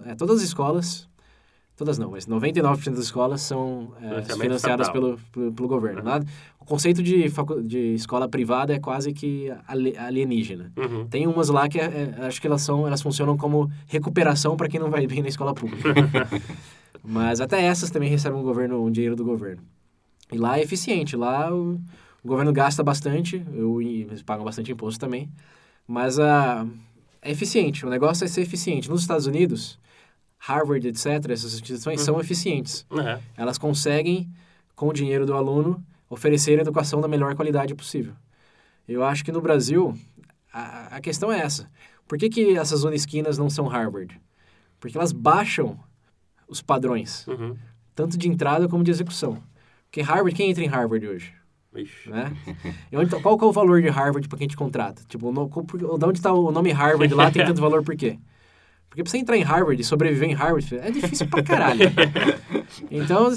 B: todas não, mas 99% das escolas são financiadas pelo governo. O conceito de escola privada é quase que alienígena. Tem umas lá que acho que elas funcionam como recuperação para quem não vai bem na escola pública. Mas até essas também recebem um dinheiro do governo. E lá é eficiente. Lá o governo gasta bastante, eles pagam bastante imposto também. Mas é eficiente. O negócio é ser eficiente. Nos Estados Unidos, Harvard, etc., essas instituições são eficientes. Elas conseguem, com o dinheiro do aluno, oferecer a educação da melhor qualidade possível. Eu acho que no Brasil, a questão é essa. Por que essas unisquinas não são Harvard? Porque elas baixam os padrões, tanto de entrada como de execução. Porque Harvard, quem entra em Harvard hoje? Né? Então, qual que é o valor de Harvard para quem te contrata? Tipo, de onde está o nome Harvard lá tem tanto valor por quê? Porque pra você entrar em Harvard e sobreviver em Harvard, é difícil pra caralho. Então,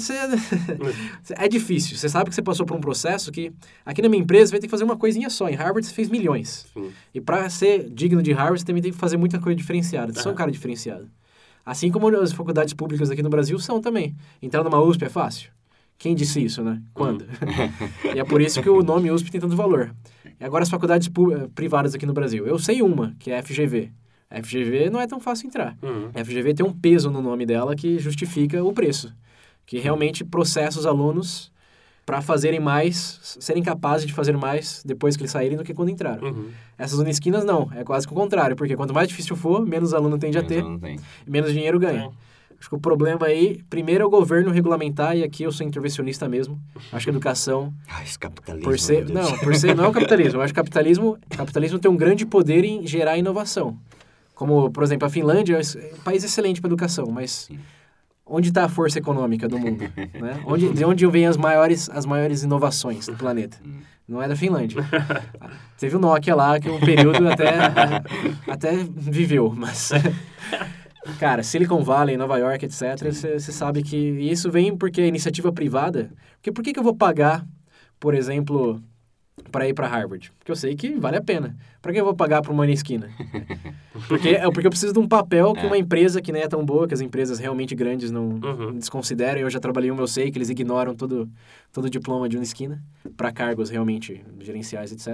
B: é difícil. Você sabe que você passou por um processo que, aqui na minha empresa, você vai ter que fazer uma coisinha só. Em Harvard, você fez milhões. E pra ser digno de Harvard, você também tem que fazer muita coisa diferenciada. Você é um cara diferenciado. Assim como as faculdades públicas aqui no Brasil são também. Entrar numa USP é fácil? Quem disse isso, né? Quando? E é por isso que o nome USP tem tanto valor. E agora as faculdades privadas aqui no Brasil. Eu sei uma, que é a FGV. A FGV não é tão fácil entrar. A FGV tem um peso no nome dela que justifica o preço. Que realmente processa os alunos para fazerem mais, serem capazes de fazer mais depois que eles saírem do que quando entraram. Essas unisquinas não, é quase que o contrário. Porque quanto mais difícil for, menos aluno tende a ter, menos dinheiro ganha. Acho que o problema aí, primeiro é o governo regulamentar, e aqui eu sou intervencionista mesmo. Acho que a educação...
A: esse capitalismo...
B: Não é o capitalismo. Eu acho que o capitalismo tem um grande poder em gerar inovação. Como, por exemplo, a Finlândia é um país excelente para educação, mas onde está a força econômica do mundo? Né? De onde vêm as maiores inovações do planeta? Não é da Finlândia. Teve o Nokia lá, que um período até viveu, mas... Cara, Silicon Valley, Nova York, etc., você sabe que isso vem porque é iniciativa privada. Porque por que eu vou pagar, por exemplo, para ir para Harvard? Porque eu sei que vale a pena. Para que eu vou pagar para uma esquina? Porque eu preciso de um papel que uma empresa que nem é tão boa, que as empresas realmente grandes não desconsideram. Eu já trabalhei eu sei que eles ignoram todo o diploma de uma esquina para cargos realmente gerenciais, etc.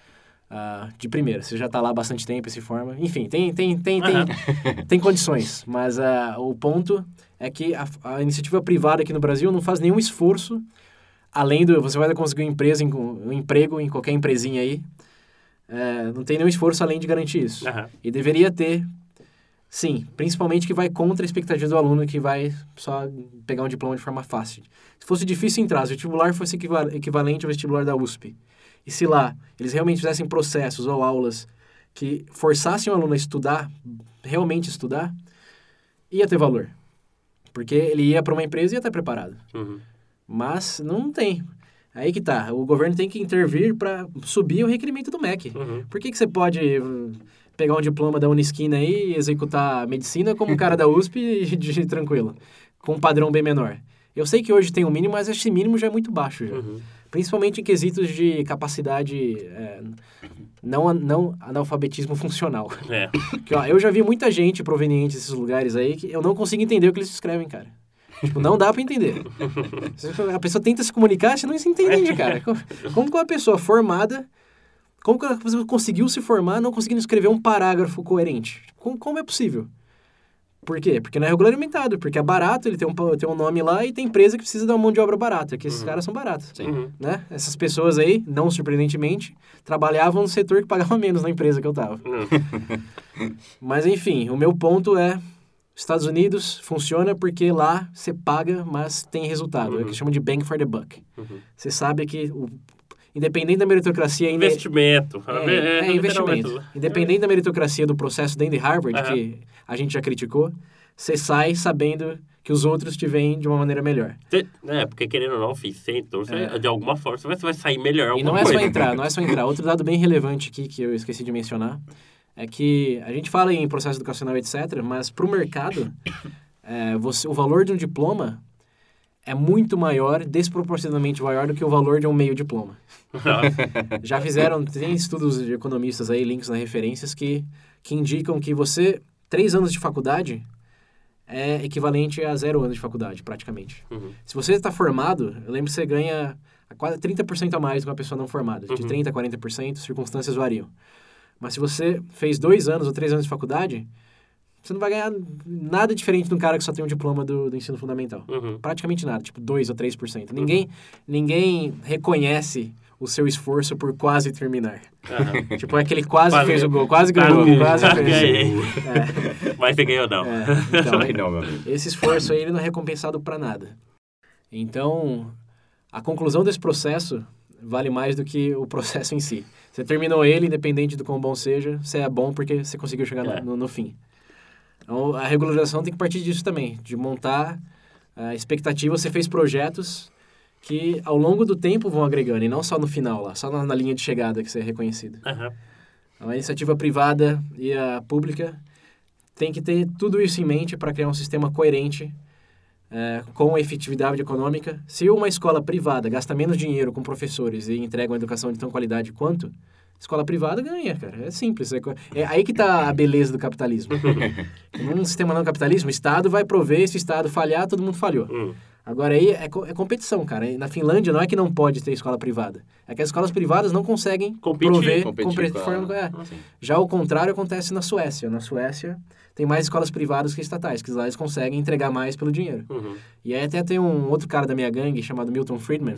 B: De primeira, você já está lá há bastante tempo e se forma. Enfim, tem condições. Mas o ponto é que a iniciativa privada aqui no Brasil não faz nenhum esforço, além do... Você vai conseguir um emprego em qualquer empresinha aí. Não tem nenhum esforço além de garantir isso. E deveria ter, sim, principalmente que vai contra a expectativa do aluno que vai só pegar um diploma de forma fácil. Se fosse difícil entrar, se o vestibular fosse equivalente ao vestibular da USP, e se lá eles realmente fizessem processos ou aulas que forçassem o aluno a estudar, realmente estudar, ia ter valor. Porque ele ia para uma empresa e ia estar preparado. Mas não tem. Aí que tá. O governo tem que intervir para subir o requerimento do MEC. Por que você pode pegar um diploma da Unisquina aí e executar medicina como um cara da USP e tranquilo, com um padrão bem menor? Eu sei que hoje tem um mínimo, mas esse mínimo já é muito baixo já. Principalmente em quesitos de capacidade, não analfabetismo funcional. Que, eu já vi muita gente proveniente desses lugares aí que eu não consigo entender o que eles escrevem, cara. Tipo, não dá pra entender. A pessoa tenta se comunicar, você não se entende, cara. Como que uma pessoa formada, como que a pessoa conseguiu se formar não conseguindo escrever um parágrafo coerente? Como é possível? Por quê? Porque não é regulamentado, porque é barato, ele tem um nome lá e tem empresa que precisa de uma mão de obra barata, que esses caras são baratos. Né? Essas pessoas aí, não surpreendentemente, trabalhavam no setor que pagava menos na empresa que eu tava. Mas enfim, o meu ponto é, Estados Unidos funciona porque lá você paga, mas tem resultado. É o que chama de bang for the buck. Você sabe que, independente da meritocracia...
C: Investimento.
B: Investimento. Independente da meritocracia do processo dentro de Harvard, que a gente já criticou, você sai sabendo que os outros te veem de uma maneira melhor.
C: Porque querendo ou não, você entrou, de alguma forma você vai sair melhor.
B: E não é só entrar. Outro dado bem relevante aqui, que eu esqueci de mencionar, é que a gente fala em processo educacional, etc., mas para o mercado, o valor de um diploma é muito maior, desproporcionalmente maior do que o valor de um meio diploma. Já tem estudos de economistas aí, links nas referências, que indicam que 3 anos de faculdade é equivalente a 0 anos de faculdade, praticamente.
C: Uhum.
B: Se você está formado, eu lembro que você ganha quase 30% a mais do que uma pessoa não formada. De 30% a 40%, circunstâncias variam. Mas se você fez 2 anos ou 3 anos de faculdade, você não vai ganhar nada diferente de um cara que só tem um diploma do ensino fundamental.
C: Uhum.
B: Praticamente nada, tipo 2 ou 3%. Ninguém reconhece o seu esforço por quase terminar.
C: Uhum.
B: Tipo, é aquele quase fez o gol, quase ganhou, quase fez.
C: Mas você ganhou não.
B: Então,
A: que não, meu amigo.
B: Esse esforço aí ele não é recompensado para nada. Então, a conclusão desse processo vale mais do que o processo em si. Você terminou ele, independente do quão bom seja, você é bom porque você conseguiu chegar no fim. Então, a regularização tem que partir disso também, de montar a expectativa. Você fez projetos que, ao longo do tempo, vão agregando, e não só no final, lá, só na linha de chegada que você é reconhecido.
C: Uhum.
B: A iniciativa privada e a pública tem que ter tudo isso em mente para criar um sistema coerente com efetividade econômica. Se uma escola privada gasta menos dinheiro com professores e entrega uma educação de tão qualidade quanto, escola privada ganha, cara. É simples. É aí que está a beleza do capitalismo. Num sistema não capitalismo, o Estado vai prover, se o Estado falhar, todo mundo falhou. Agora aí é competição, cara. Na Finlândia não é que não pode ter escola privada. É que as escolas privadas não conseguem prover...
A: Competir
B: Já o contrário acontece na Suécia. Na Suécia tem mais escolas privadas que estatais, que lá eles conseguem entregar mais pelo dinheiro.
C: Uhum.
B: E aí até tem um outro cara da minha gangue chamado Milton Friedman.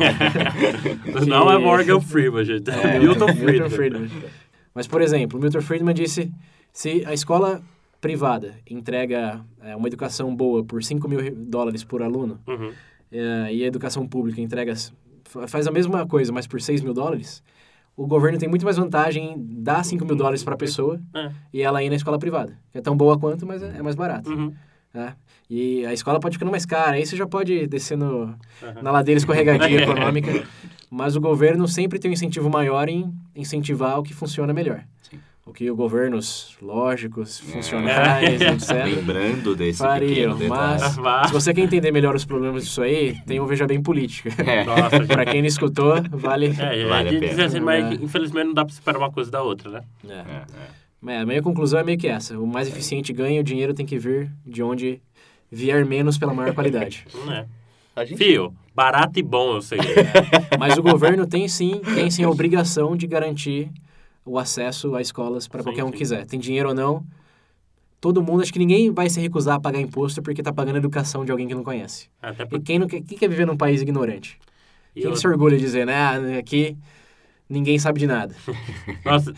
C: Não é Morgan Freeman, gente. É Milton Friedman.
B: Mas, por exemplo, o Milton Friedman disse, se a escola privada entrega uma educação boa por $5.000 por aluno,
C: uhum.
B: E a educação pública faz a mesma coisa, mas por $6.000, o governo tem muito mais vantagem em dar $5.000 para a pessoa e ela ir na escola privada. É tão boa quanto, mas é mais barato.
C: Uhum.
B: E a escola pode ficando mais cara, aí você já pode descer na ladeira escorregadia econômica, mas o governo sempre tem um incentivo maior em incentivar o que funciona melhor.
A: Sim.
B: O que governos lógicos, funcionais, etc.
A: Lembrando desse
B: fariam,
A: pequeno
B: mas se você quer entender melhor os problemas disso aí, tem o Veja Bem Política.
C: Nossa,
B: pra quem não escutou, vale
C: a pena. Assim, mas infelizmente não dá pra separar uma coisa da outra, né?
B: A minha conclusão é meio que essa. O mais eficiente ganha, o dinheiro tem que vir de onde vier menos pela maior qualidade.
C: Fio, barato e bom, eu sei.
B: Mas o governo tem sim a obrigação de garantir o acesso a escolas para qualquer um que quiser. Tem dinheiro ou não, todo mundo, acho que ninguém vai se recusar a pagar imposto porque está pagando a educação de alguém que não conhece. E quem quer viver num país ignorante? Quem se orgulha de dizer, né, aqui ninguém sabe de nada.
C: Nossa,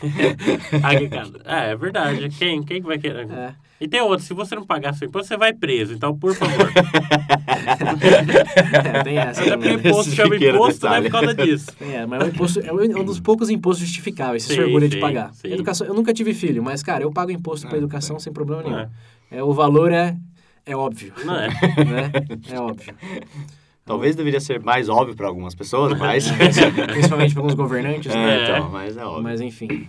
C: é verdade. Quem vai querer? E tem outro, se você não pagar seu imposto, você vai preso. Então, por favor.
B: Tem essa.
C: Até porque o imposto chama imposto, né, por causa disso.
B: Mas o imposto é um dos poucos impostos justificáveis, se orgulha de pagar. Educação, eu nunca tive filho, mas, cara, eu pago imposto para educação sem problema nenhum. O valor é óbvio.
C: Não é?
B: Né? É óbvio.
A: Talvez deveria ser mais óbvio para algumas pessoas, mas...
B: Principalmente para alguns governantes, né?
A: Então, mas é óbvio.
B: Mas, enfim...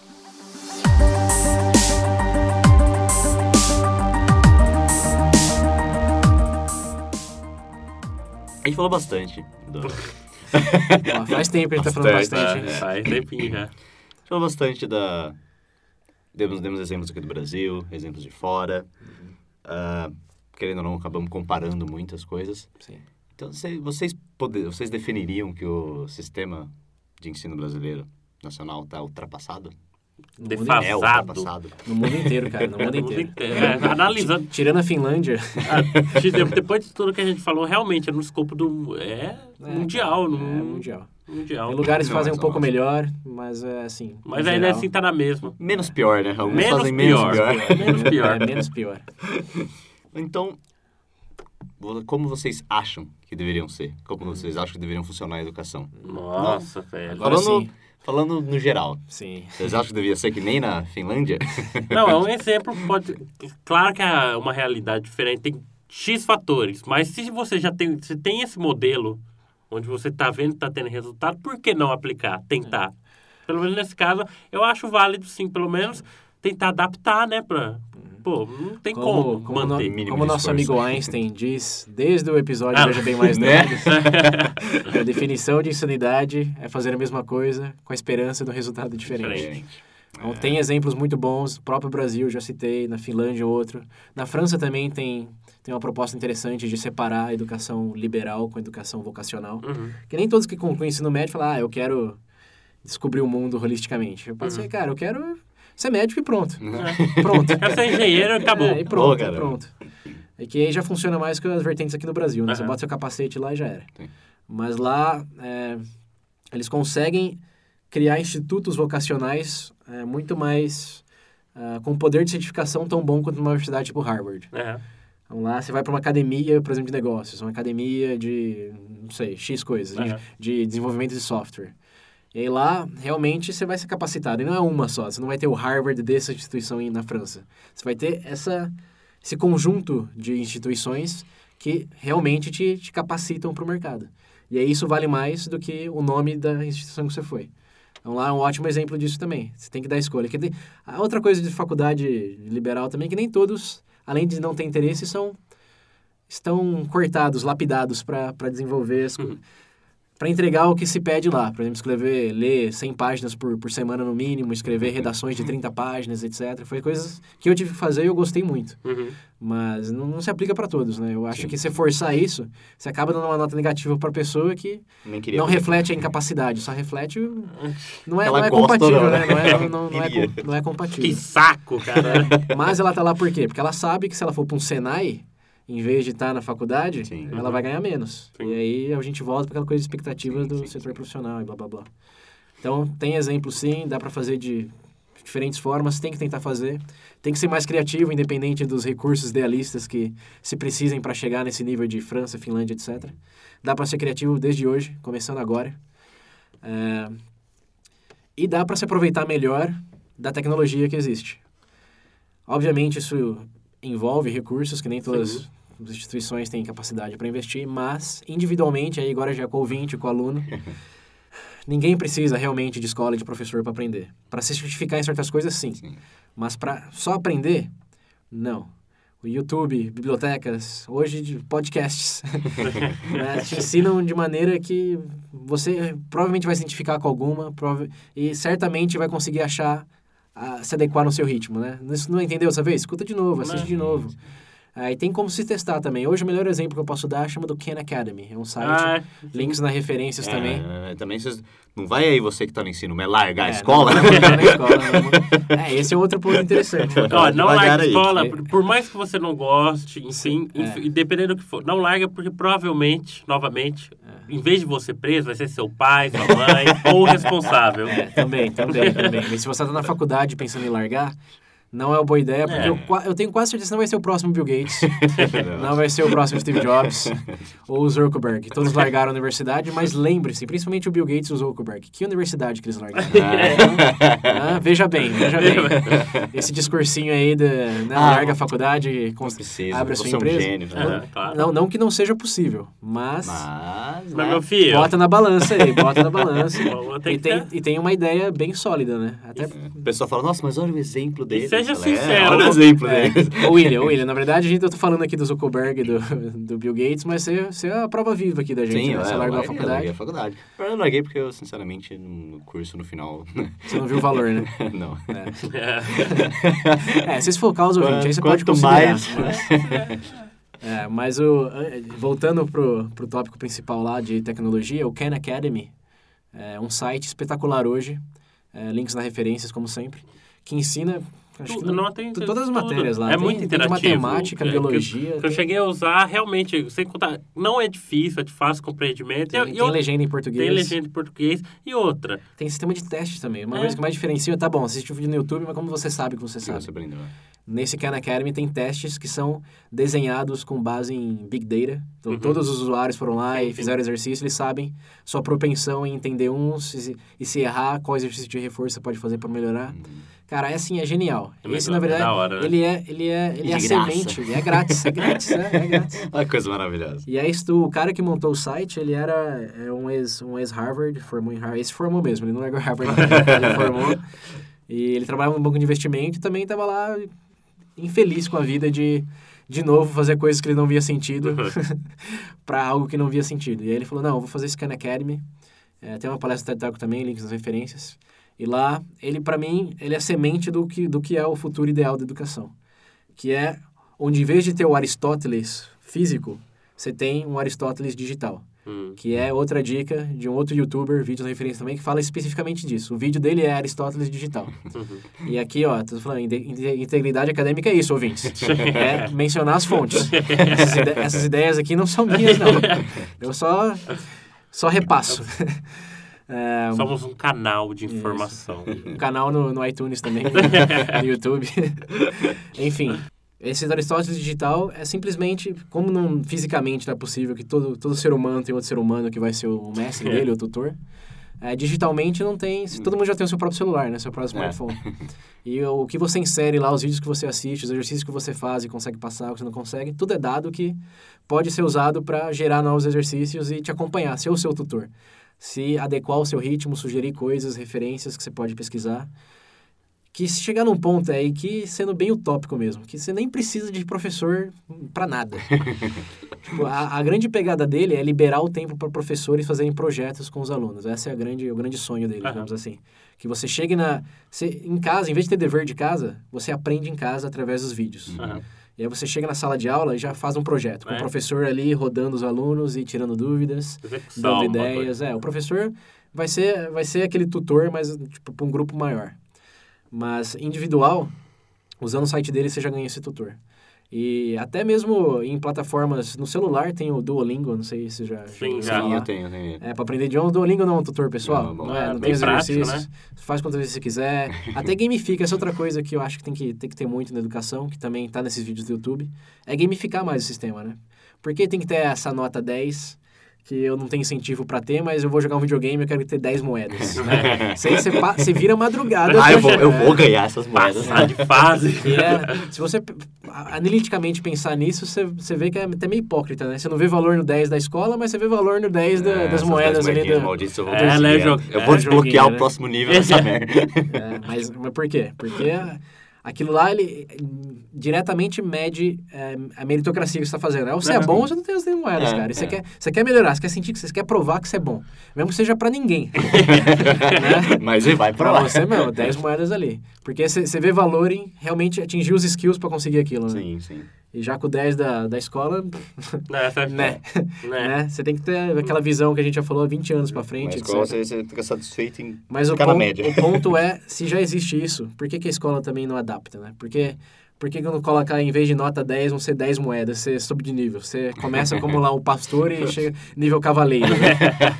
A: A gente falou bastante.
B: Faz tempo que a gente tá falando bastante.
C: Faz tempinho já.
A: A gente falou bastante Demos exemplos aqui do Brasil, exemplos de fora. Querendo ou não, acabamos comparando muitas coisas.
B: Sim.
A: Então, vocês definiriam que o sistema de ensino brasileiro nacional está ultrapassado?
C: Defasado.
A: É ultrapassado.
B: No mundo inteiro, cara. No mundo inteiro.
C: Analisando.
B: Tirando a Finlândia.
C: Depois de tudo que a gente falou, realmente é no escopo do... mundial.
B: Mundial.
C: Tem
B: lugares que fazem um pouco melhor, mas é assim...
C: Mas ainda assim tá na mesma.
A: Menos pior, né? Alguns fazem menos pior.
C: Menos pior.
B: Menos pior.
A: Então, como vocês acham que deveriam ser? Como vocês acham que deveriam funcionar a educação?
C: Nossa, velho.
A: Falando no geral.
B: Sim.
A: Vocês acham que devia ser que nem na Finlândia?
C: Não, é um exemplo. Claro que é uma realidade diferente. Tem X fatores. Mas se você já tem esse modelo, onde você está vendo que está tendo resultado, por que não aplicar? Tentar. Pelo menos nesse caso, eu acho válido, sim, pelo menos tentar adaptar, né? Pô, não tem como manter.
B: Como nosso amigo Einstein diz, desde o episódio Veja Bem Mais Dados, a definição de insanidade é fazer a mesma coisa com a esperança de um resultado diferente. Então, tem exemplos muito bons, o próprio Brasil, já citei, na Finlândia outro. Na França também tem uma proposta interessante de separar a educação liberal com a educação vocacional. Que nem todos que com o ensino médio falam, eu quero descobrir o mundo holisticamente. Eu posso ser, cara, eu quero ser médico e pronto. Pronto.
C: Quero ser engenheiro e acabou.
B: E pronto, pronto. É que aí já funciona mais que as vertentes aqui no Brasil, né? Você bota seu capacete lá e já era. Sim. Mas lá, eles conseguem criar institutos vocacionais muito mais com poder de certificação tão bom quanto uma universidade tipo Harvard. Então lá você vai para uma academia, por exemplo, de negócios, uma academia de, não sei, X coisas, de desenvolvimento de software. E aí lá, realmente, você vai ser capacitado. E não é uma só, você não vai ter o Harvard dessa instituição na França. Você vai ter esse conjunto de instituições que realmente te capacitam para o mercado. E aí isso vale mais do que o nome da instituição que você foi. Então lá é um ótimo exemplo disso também. Você tem que dar escolha. A outra coisa de faculdade liberal também é que nem todos, além de não ter interesse, estão cortados, lapidados para desenvolver as coisas. Para entregar o que se pede lá. Por exemplo, ler 100 páginas por semana no mínimo, escrever redações de 30 páginas, etc. Foi coisas que eu tive que fazer e eu gostei muito. Mas não se aplica para todos, né? Eu acho que se forçar isso, você acaba dando uma nota negativa para a pessoa que não reflete a incapacidade, só reflete não é compatível, né? Não é compatível.
C: Que saco, cara!
B: Mas ela tá lá por quê? Porque ela sabe que se ela for para um Senai, em vez de estar na faculdade, ela vai ganhar menos. Sim. E aí a gente volta para aquela coisa de expectativa do setor profissional e blá, blá, blá. Então, tem exemplo sim, dá para fazer de diferentes formas, tem que tentar fazer. Tem que ser mais criativo, independente dos recursos idealistas que se precisem para chegar nesse nível de França, Finlândia, etc. Dá para ser criativo desde hoje, começando agora. E dá para se aproveitar melhor da tecnologia que existe. Obviamente, isso envolve recursos que nem todas as instituições têm capacidade para investir, mas individualmente, aí agora já com o ouvinte, com o aluno, ninguém precisa realmente de escola e de professor para aprender. Para se certificar em certas coisas, sim. Mas para só aprender, não. O YouTube, bibliotecas, hoje podcasts, te ensinam de maneira que você provavelmente vai se identificar com alguma e certamente vai conseguir se adequar no seu ritmo, né? Não entendeu essa vez? Escuta de novo, assiste de novo. E tem como se testar também. Hoje o melhor exemplo que eu posso dar chama do Khan Academy. É um site, links nas referências também.
A: Também não vai aí você que está no ensino, mas largar a escola?
B: Não na escola. Esse é outro ponto interessante.
C: Não larga a escola, por mais que você não goste, enfim, dependendo do que for. Não larga porque provavelmente, novamente, em vez de você preso, vai ser seu pai, sua mãe ou o responsável.
B: Também. Mas se você está na faculdade pensando em largar, não é uma boa ideia, porque eu tenho quase certeza que não vai ser o próximo Bill Gates, não vai ser o próximo Steve Jobs ou o Zuckerberg. Todos largaram a universidade, mas lembre-se, principalmente o Bill Gates e o Zuckerberg, que universidade que eles largaram? Veja bem. Esse discursinho aí larga a faculdade, abre a sua empresa.
A: Gênio,
B: não que não seja possível, mas
C: meu filho,
B: bota na balança aí, e tem uma ideia bem sólida, né? Até
A: o pessoal fala, nossa, mas olha o exemplo dele.
C: Seja sincero.
A: Olha o exemplo dele.
B: William, na verdade, eu tô falando aqui do Zuckerberg e do Bill Gates, mas você é a prova viva aqui da gente.
A: Sim,
B: Você largou a faculdade.
A: Eu faculdade. Eu larguei porque eu, sinceramente, no curso, no final...
B: Você não viu o valor, né?
A: Não.
B: Se isso for o caso, ouvinte, aí você pode considerar. Mas voltando pro tópico principal lá de tecnologia, o Khan Academy é um site espetacular hoje, links nas referências, como sempre, que ensina todas as matérias lá.
C: Muito interativo.
B: Tem matemática, biologia.
C: Eu cheguei a usar, realmente, sem contar, não é difícil, é de fácil compreendimento.
B: Tem legenda em português.
C: E outra.
B: Tem sistema de teste também. Uma coisa que mais diferencia, tá bom, assiste um vídeo no YouTube, mas como você sabe que você sabe?
A: Você aprendeu.
B: Nesse Khan Academy tem testes que são desenhados com base em Big Data. Então, todos os usuários foram lá e fizeram exercício, eles sabem sua propensão em entender e se errar, qual exercício de reforço você pode fazer para melhorar. Cara, é assim, é genial. Esse, na
C: é
B: verdade,
C: da hora, né?
B: ele é a semente. É grátis, é grátis.
A: Olha que coisa maravilhosa.
B: E aí, o cara que montou o site, ele era um ex-Harvard, formou em Harvard. Esse formou mesmo, ele não largou Harvard, ele formou. E ele trabalhava no banco de investimento e também estava lá infeliz com a vida de novo, fazer coisas que ele não via sentido para algo que não via sentido. E aí ele falou, não, eu vou fazer esse Khan Academy. Tem uma palestra TED Talk também, links nas referências. E lá, ele, para mim, ele é a semente do que é o futuro ideal da educação. Que é onde, em vez de ter o Aristóteles físico, você tem um Aristóteles digital. Que é outra dica de um outro youtuber, vídeos na referência também, que fala especificamente disso. O vídeo dele é Aristóteles digital. E aqui, ó, tô falando, integridade acadêmica é isso, ouvintes. É mencionar as fontes. Essas ideias aqui não são minhas, não. Eu só repasso.
C: Somos um canal de informação.
B: Um canal no iTunes também, no YouTube. Enfim, esse Aristóteles digital é simplesmente, como não fisicamente não é possível que todo ser humano tem outro ser humano que vai ser o mestre dele, o tutor, digitalmente não tem... Todo mundo já tem o seu próprio celular, né? Seu próprio smartphone. E o que você insere lá, os vídeos que você assiste, os exercícios que você faz e consegue passar, o que você não consegue, tudo é dado que pode ser usado para gerar novos exercícios e te acompanhar, ser o seu tutor. Se adequar ao seu ritmo, sugerir coisas, referências que você pode pesquisar. Que se chegar num ponto aí que, sendo bem utópico mesmo, que você nem precisa de professor para nada. Tipo, a grande pegada dele é liberar o tempo para professores fazerem projetos com os alunos. Esse é o grande sonho dele, digamos assim. Que você chegue em casa, em vez de ter dever de casa, você aprende em casa através dos vídeos. E aí você chega na sala de aula e já faz um projeto, com o professor ali rodando os alunos e tirando dúvidas, dando ideias. O professor vai ser aquele tutor, mas tipo, para um grupo maior. Mas individual, usando o site dele, você já ganha esse tutor. E até mesmo em plataformas, no celular tem o Duolingo, não sei se já...
C: Sim,
A: eu tenho.
B: Para aprender idioma, o Duolingo não é um tutor pessoal, não tem exercícios,
C: prático, né?
B: Faz quantas vezes você quiser. Até gamifica, essa é outra coisa que eu acho que tem que ter muito na educação, que também está nesses vídeos do YouTube, é gamificar mais o sistema, né? Porque tem que ter essa nota 10... que eu não tenho incentivo pra ter, mas eu vou jogar um videogame e eu quero ter 10 moedas. Né? Você vira madrugada.
A: Eu vou ganhar essas moedas.
C: Passar de fase.
B: Se você analiticamente pensar nisso, você vê que é até meio hipócrita, né? Você não vê valor no 10 da escola, mas você vê valor no 10 das moedas ali.
A: Eu vou desbloquear o próximo nível dessa merda.
B: Mas por quê? Porque... aquilo lá, ele diretamente mede a meritocracia que você está fazendo. Ou você é bom ou você não tem as moedas, cara. E você quer melhorar, você quer sentir que você quer provar que você é bom. Mesmo que seja para ninguém. Né?
A: Mas ele vai provar.
B: Pra você mesmo, 10 moedas ali. Porque você vê valor em realmente atingir os skills para conseguir aquilo, né?
A: Sim.
B: E já com o 10 da escola,
C: né?
B: Você tem que ter aquela visão que a gente já falou há 20 anos para frente.
A: Na escola você fica satisfeito em
B: média. O ponto é, se já existe isso, por que a escola também não adapta, né? Por que quando colocar, em vez de nota 10, vão ser 10 moedas, você sobe de nível? Você começa como lá o pastor e chega nível cavaleiro. Né?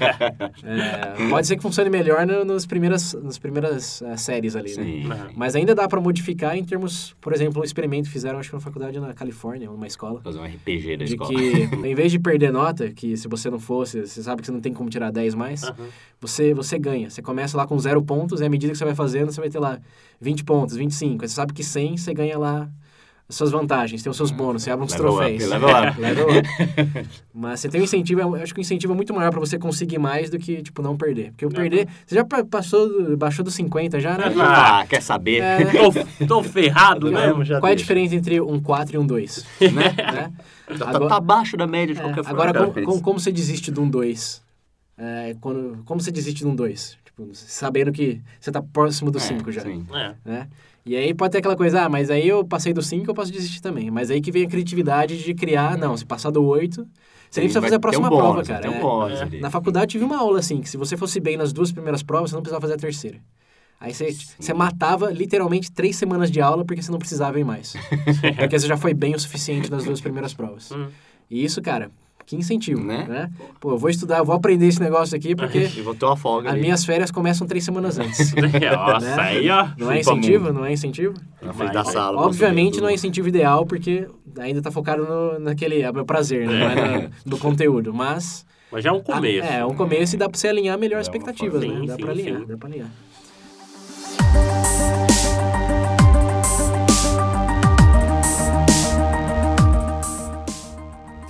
B: Pode ser que funcione melhor nas primeiras séries ali, né? Mas ainda dá para modificar em termos, por exemplo, um experimento que fizeram, acho que na faculdade na Califórnia, numa escola.
A: Fazer um RPG da escola.
B: De que, em vez de perder nota, que se você não fosse, você sabe que você não tem como tirar 10 mais, você ganha. Você começa lá com 0 pontos e à medida que você vai fazendo, você vai ter lá 20 pontos, 25. Você sabe que 100, você ganha lá as suas vantagens, tem os seus bônus, você abre uns troféus.
A: Level up.
B: Mas você tem um incentivo, eu acho que o incentivo é muito maior para você conseguir mais do que, tipo, não perder. Porque perder, você já baixou dos 50 já, né?
A: Quer saber?
C: Tô ferrado mesmo.
B: Qual é a diferença entre um 4 e um 2? Né?
A: Agora, tá abaixo da média de qualquer forma.
B: Agora, como você desiste de um 2? Como você desiste de um 2? Tipo, sabendo que você tá próximo do 5 já.
A: Sim.
B: Né? E aí pode ter aquela coisa, mas aí eu passei do 5, eu posso desistir também. Mas aí que vem a criatividade de criar, não, se passar do 8, você nem precisa fazer a próxima prova, cara. Na faculdade tive uma aula assim, que se você fosse bem nas 2 primeiras provas, você não precisava fazer a terceira. Aí você matava literalmente 3 semanas de aula porque você não precisava ir mais. Porque você já foi bem o suficiente nas 2 primeiras provas. E isso, cara... Que incentivo, né? Pô, eu vou estudar, eu vou aprender esse negócio aqui porque
A: eu vou ter uma folga
B: as minhas férias começam 3 semanas antes.
C: Nossa, aí, ó.
B: Não é incentivo? Não é incentivo?
A: Na frente da sala.
B: Obviamente não é incentivo ideal porque ainda tá focado naquele, meu prazer, né? Não é no conteúdo, mas...
C: Mas já é um começo.
B: É um começo e dá pra você alinhar melhor expectativas, né? Dá pra alinhar.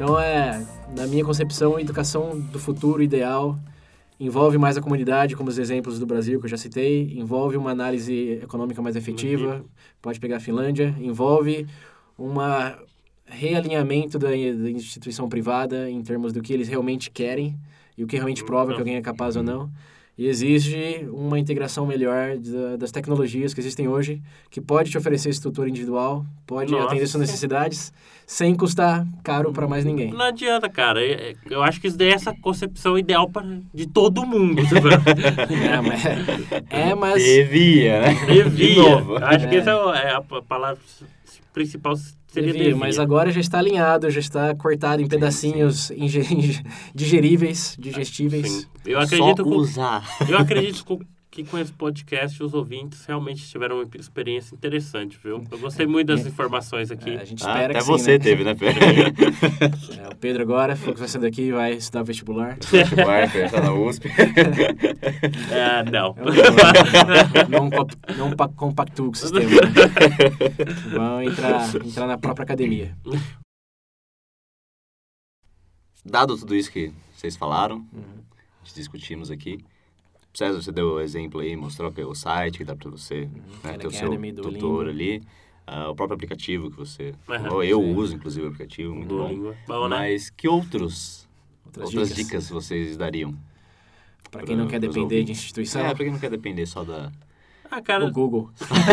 B: Então, na minha concepção, a educação do futuro ideal envolve mais a comunidade, como os exemplos do Brasil que eu já citei, envolve uma análise econômica mais efetiva, pode pegar a Finlândia, envolve um realinhamento da instituição privada em termos do que eles realmente querem e o que realmente prova que alguém é capaz ou não. E exige uma integração melhor das tecnologias que existem hoje, que pode te oferecer esse tutor individual, pode atender suas necessidades, sem custar caro para mais ninguém.
C: Não adianta, cara. Eu acho que isso daí é essa concepção ideal de todo mundo.
B: Mas...
A: Devia, né?
C: Devia. De novo. Acho que essa é a palavra principal.
B: Devia, mas agora já está alinhado, já está cortado em pedacinhos digeríveis, digestíveis.
C: Sim. Eu acredito
A: usar.
C: Eu acredito que com esse podcast os ouvintes realmente tiveram uma experiência interessante, viu? Eu gostei muito das informações aqui.
B: A gente espera
A: até
B: que
A: você
B: sim,
A: teve, né, Pedro?
B: O Pedro agora falou que vai sair daqui e vai estudar vestibular.
A: Vestibular, pensar na USP.
C: Não.
B: Não compactua com o sistema. Né? Vão entrar na própria academia.
A: Dado tudo isso que vocês falaram, a gente discutimos aqui, César, você deu o exemplo aí, mostrou que o site que dá para você ter o seu tutor ali, o próprio aplicativo que você falou. Eu uso, inclusive, o aplicativo, muito bom. Mas que outras dicas vocês dariam?
B: Para quem não quer depender de instituição?
A: Para quem não quer depender só da...
B: O Google.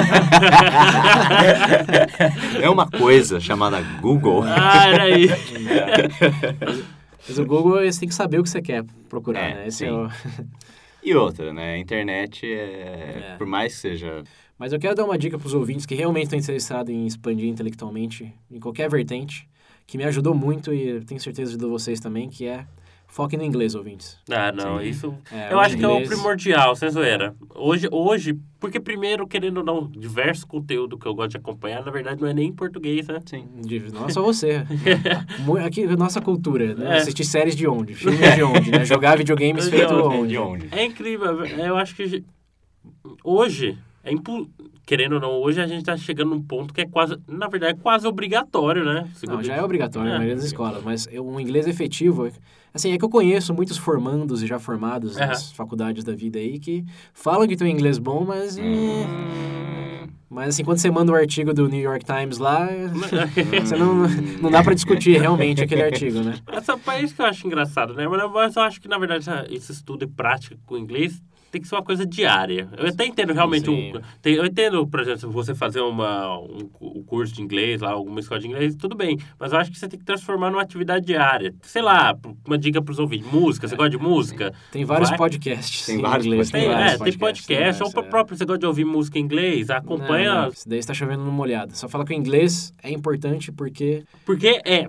A: É uma coisa chamada Google.
C: Era isso.
B: Mas o Google, você tem que saber o que você quer procurar, né? Esse
A: E outra, né? A internet por mais que seja...
B: Mas eu quero dar uma dica para os ouvintes que realmente estão interessados em expandir intelectualmente, em qualquer vertente, que me ajudou muito e eu tenho certeza ajudou vocês também, que é foque no inglês, ouvintes.
C: Não, isso... eu acho que é o primordial, sem zoeira. Hoje, porque primeiro, querendo ou não, diversos conteúdos que eu gosto de acompanhar, na verdade, não é nem em português, né?
B: Sim. Não é só você. Aqui, nossa cultura, né? Assistir séries de onde? Filmes de onde? Né? Jogar videogames feito onde?
C: É incrível. Eu acho que hoje... Querendo ou não, hoje a gente está chegando num ponto que é quase, na verdade, quase obrigatório, né?
B: Não, já é obrigatório na maioria das escolas, mas um inglês efetivo, assim, é que eu conheço muitos formandos e já formados nas faculdades da vida aí que falam que tem um inglês bom, mas... Mas, assim, quando você manda o artigo do New York Times lá, você não dá para discutir realmente aquele artigo, né?
C: É isso que eu acho engraçado, né? Mas eu acho que, na verdade, esse estudo e prática com o inglês tem que ser uma coisa diária. Eu até entendo realmente... eu entendo, por exemplo, se você fazer um curso de inglês, lá, alguma escola de inglês, tudo bem. Mas eu acho que você tem que transformar numa atividade diária. Sei lá, uma dica para os ouvintes. Música, você gosta de música?
B: Tem vários podcasts
A: em inglês.
C: Tem podcast. Ou próprio, você gosta de ouvir música em inglês? Acompanha...
B: Não. Isso daí está chovendo numa molhada. Só fala que o inglês é importante porque...
C: Porque é.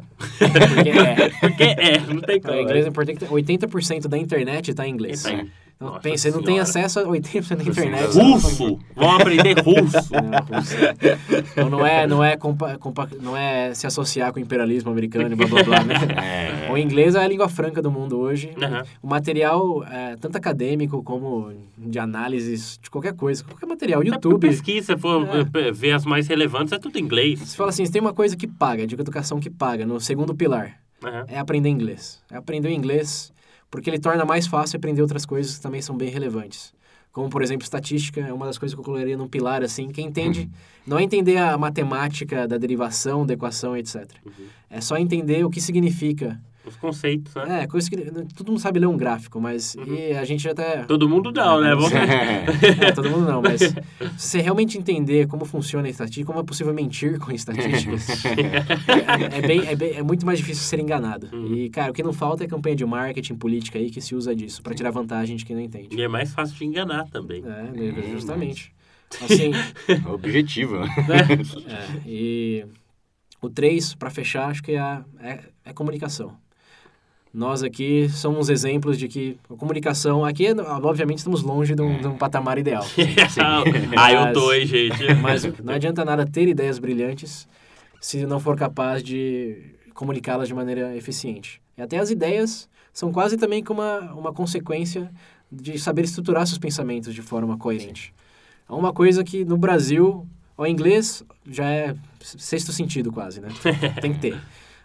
C: Não tem como.
B: O inglês é importante. 80% da internet está em inglês. Então, pensa, você não tem acesso a 80% da internet.
C: Russo! Vamos aprender russo!
B: Então não é se associar com o imperialismo americano e blá blá blá, né? O inglês é a língua franca do mundo hoje. O material, tanto acadêmico como de análises de qualquer coisa, qualquer material, YouTube...
C: pesquisa, se for ver as mais relevantes, é tudo em inglês.
B: Você fala assim, se tem uma coisa que paga, de educação que paga, no segundo pilar, é aprender inglês. É aprender o inglês... porque ele torna mais fácil aprender outras coisas que também são bem relevantes. Como, por exemplo, estatística é uma das coisas que eu colocaria num pilar, assim. Quem entende, não é entender a matemática da derivação, da equação, etc. É só entender o que significa.
C: Os conceitos, né?
B: Coisa que todo mundo sabe ler um gráfico, mas e a gente até...
C: Todo mundo não, né?
B: Todo mundo não, mas se você realmente entender como funciona a estatística, como é possível mentir com estatísticas, é muito mais difícil ser enganado. E, cara, o que não falta é campanha de marketing, política aí, que se usa disso, para tirar vantagem de quem não entende.
C: E é mais fácil de enganar também.
B: Justamente. Assim...
A: objetivo, né?
B: E o 3, para fechar, acho que é comunicação. Nós aqui somos exemplos de que a comunicação... Aqui, obviamente, estamos longe de um patamar ideal.
C: Eu tô, hein, gente?
B: Mas não adianta nada ter ideias brilhantes se não for capaz de comunicá-las de maneira eficiente. E até as ideias são quase também como uma consequência de saber estruturar seus pensamentos de forma coerente. É uma coisa que, no Brasil, o inglês já é sexto sentido quase, né? Tem que ter.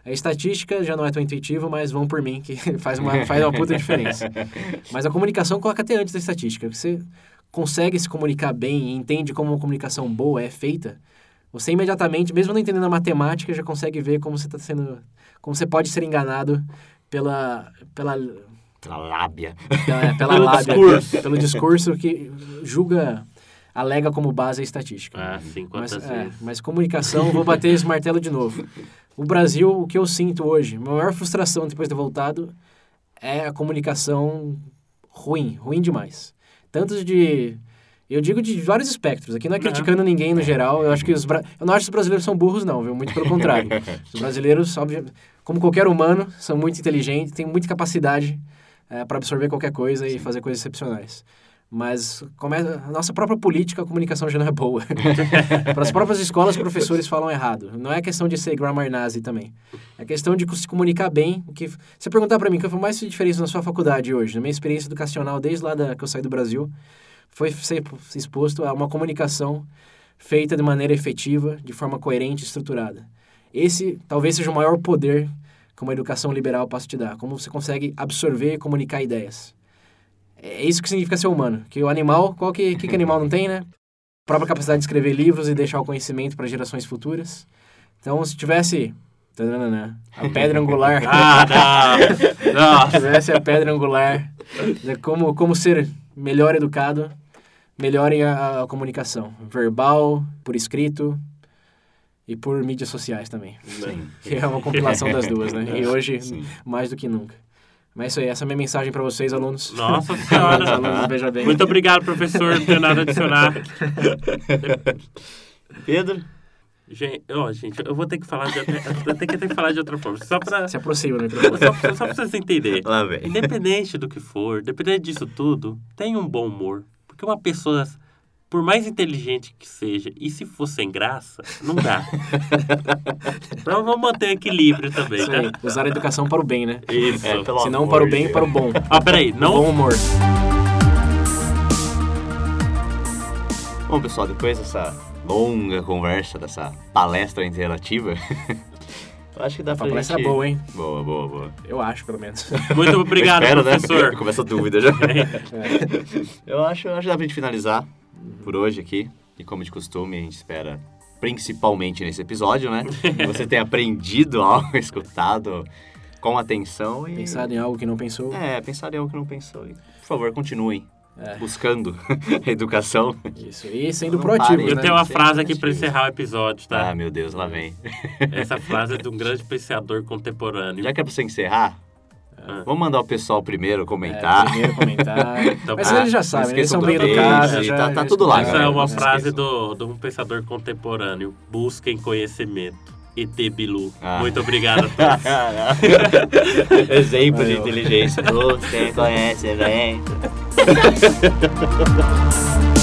B: A estatística já não é tão intuitivo, mas vão por mim, que faz uma puta diferença. Mas a comunicação coloca até antes da estatística. Você consegue se comunicar bem e entende como uma comunicação boa é feita, você imediatamente, mesmo não entendendo a matemática, já consegue ver como você está sendo... Como você pode ser enganado pela
A: lábia.
B: Pela lábia.
C: Discurso.
B: Pelo discurso que alega como base a estatística.
C: Ah, sim, quantas vezes.
B: Mas comunicação, vou bater esse martelo de novo. O Brasil, o que eu sinto hoje, a maior frustração depois de ter voltado é a comunicação ruim demais. Tanto de... Eu digo de vários espectros. Aqui não é criticando ninguém no geral. Eu acho que eu não acho que os brasileiros são burros, não, viu? Muito pelo contrário. Os brasileiros, como qualquer humano, são muito inteligentes, têm muita capacidade para absorver qualquer coisa e fazer coisas excepcionais. Mas a nossa própria política, a comunicação já não é boa. Para as próprias escolas, os professores falam errado. Não é questão de ser grammar nazi também. É questão de se comunicar bem. Você perguntar para mim, o que foi mais diferença na sua faculdade hoje? Na minha experiência educacional, desde lá que eu saí do Brasil, foi ser exposto a uma comunicação feita de maneira efetiva, de forma coerente e estruturada. Esse talvez seja o maior poder que uma educação liberal possa te dar. Como você consegue absorver e comunicar ideias. É isso que significa ser humano. Que o animal, que animal não tem, né? A própria capacidade de escrever livros e deixar o conhecimento para gerações futuras. Então, se tivesse a pedra angular...
C: Não!
B: Se tivesse a pedra angular de como ser melhor educado, melhorem a comunicação. Verbal, por escrito e por mídias sociais também.
A: Sim.
B: Que é uma compilação das duas, né? E hoje, mais do que nunca. Mas isso aí, essa é a minha mensagem para vocês, alunos.
C: Nossa Senhora!
B: Alunos, veja bem.
C: Muito obrigado, professor. Não tenho nada a adicionar.
A: Pedro?
C: Gente, eu vou ter que falar de outra forma. Só pra...
B: Se aproxima, né, professor?
C: Só pra vocês entenderem.
A: Lá vem.
C: Independente do que for, independente disso tudo, tenha um bom humor. Porque uma pessoa, por mais inteligente que seja, e se for sem graça, não dá. Então vamos manter equilíbrio também,
B: Isso aí, usar a educação para o bem, né?
C: Isso.
B: Se não para o bem, para o bom.
C: Peraí, não...
B: Bom humor.
A: Bom, pessoal, depois dessa longa conversa, dessa palestra interativa, eu acho que dá pra gente...
B: palestra boa, hein?
A: Boa.
B: Eu acho, pelo menos.
C: Muito obrigado, professor.
A: Né? Começa a dúvida já. Eu acho que dá pra gente finalizar por hoje aqui. E como de costume, a gente espera, principalmente nesse episódio, né? Que você tenha aprendido algo, escutado com atenção e...
B: Pensado em algo que não pensou.
A: Pensado em algo que não pensou. E, por favor, continuem. Buscando a educação.
B: Isso, e sendo proativo,
C: Eu tenho uma frase aqui para encerrar o episódio, tá?
A: Ah, meu Deus, lá vem.
C: Essa frase é de um grande pensador contemporâneo.
A: Já que é pra você encerrar, vamos mandar o pessoal primeiro comentar.
B: Então, mas eles já sabem, eles são bem educados.
A: Tá tudo lá.
C: Essa é uma frase de um pensador contemporâneo. Busquem conhecimento. E.T. Bilu. Muito obrigado a todos.
A: Exemplo de inteligência. Quem conhece, vem.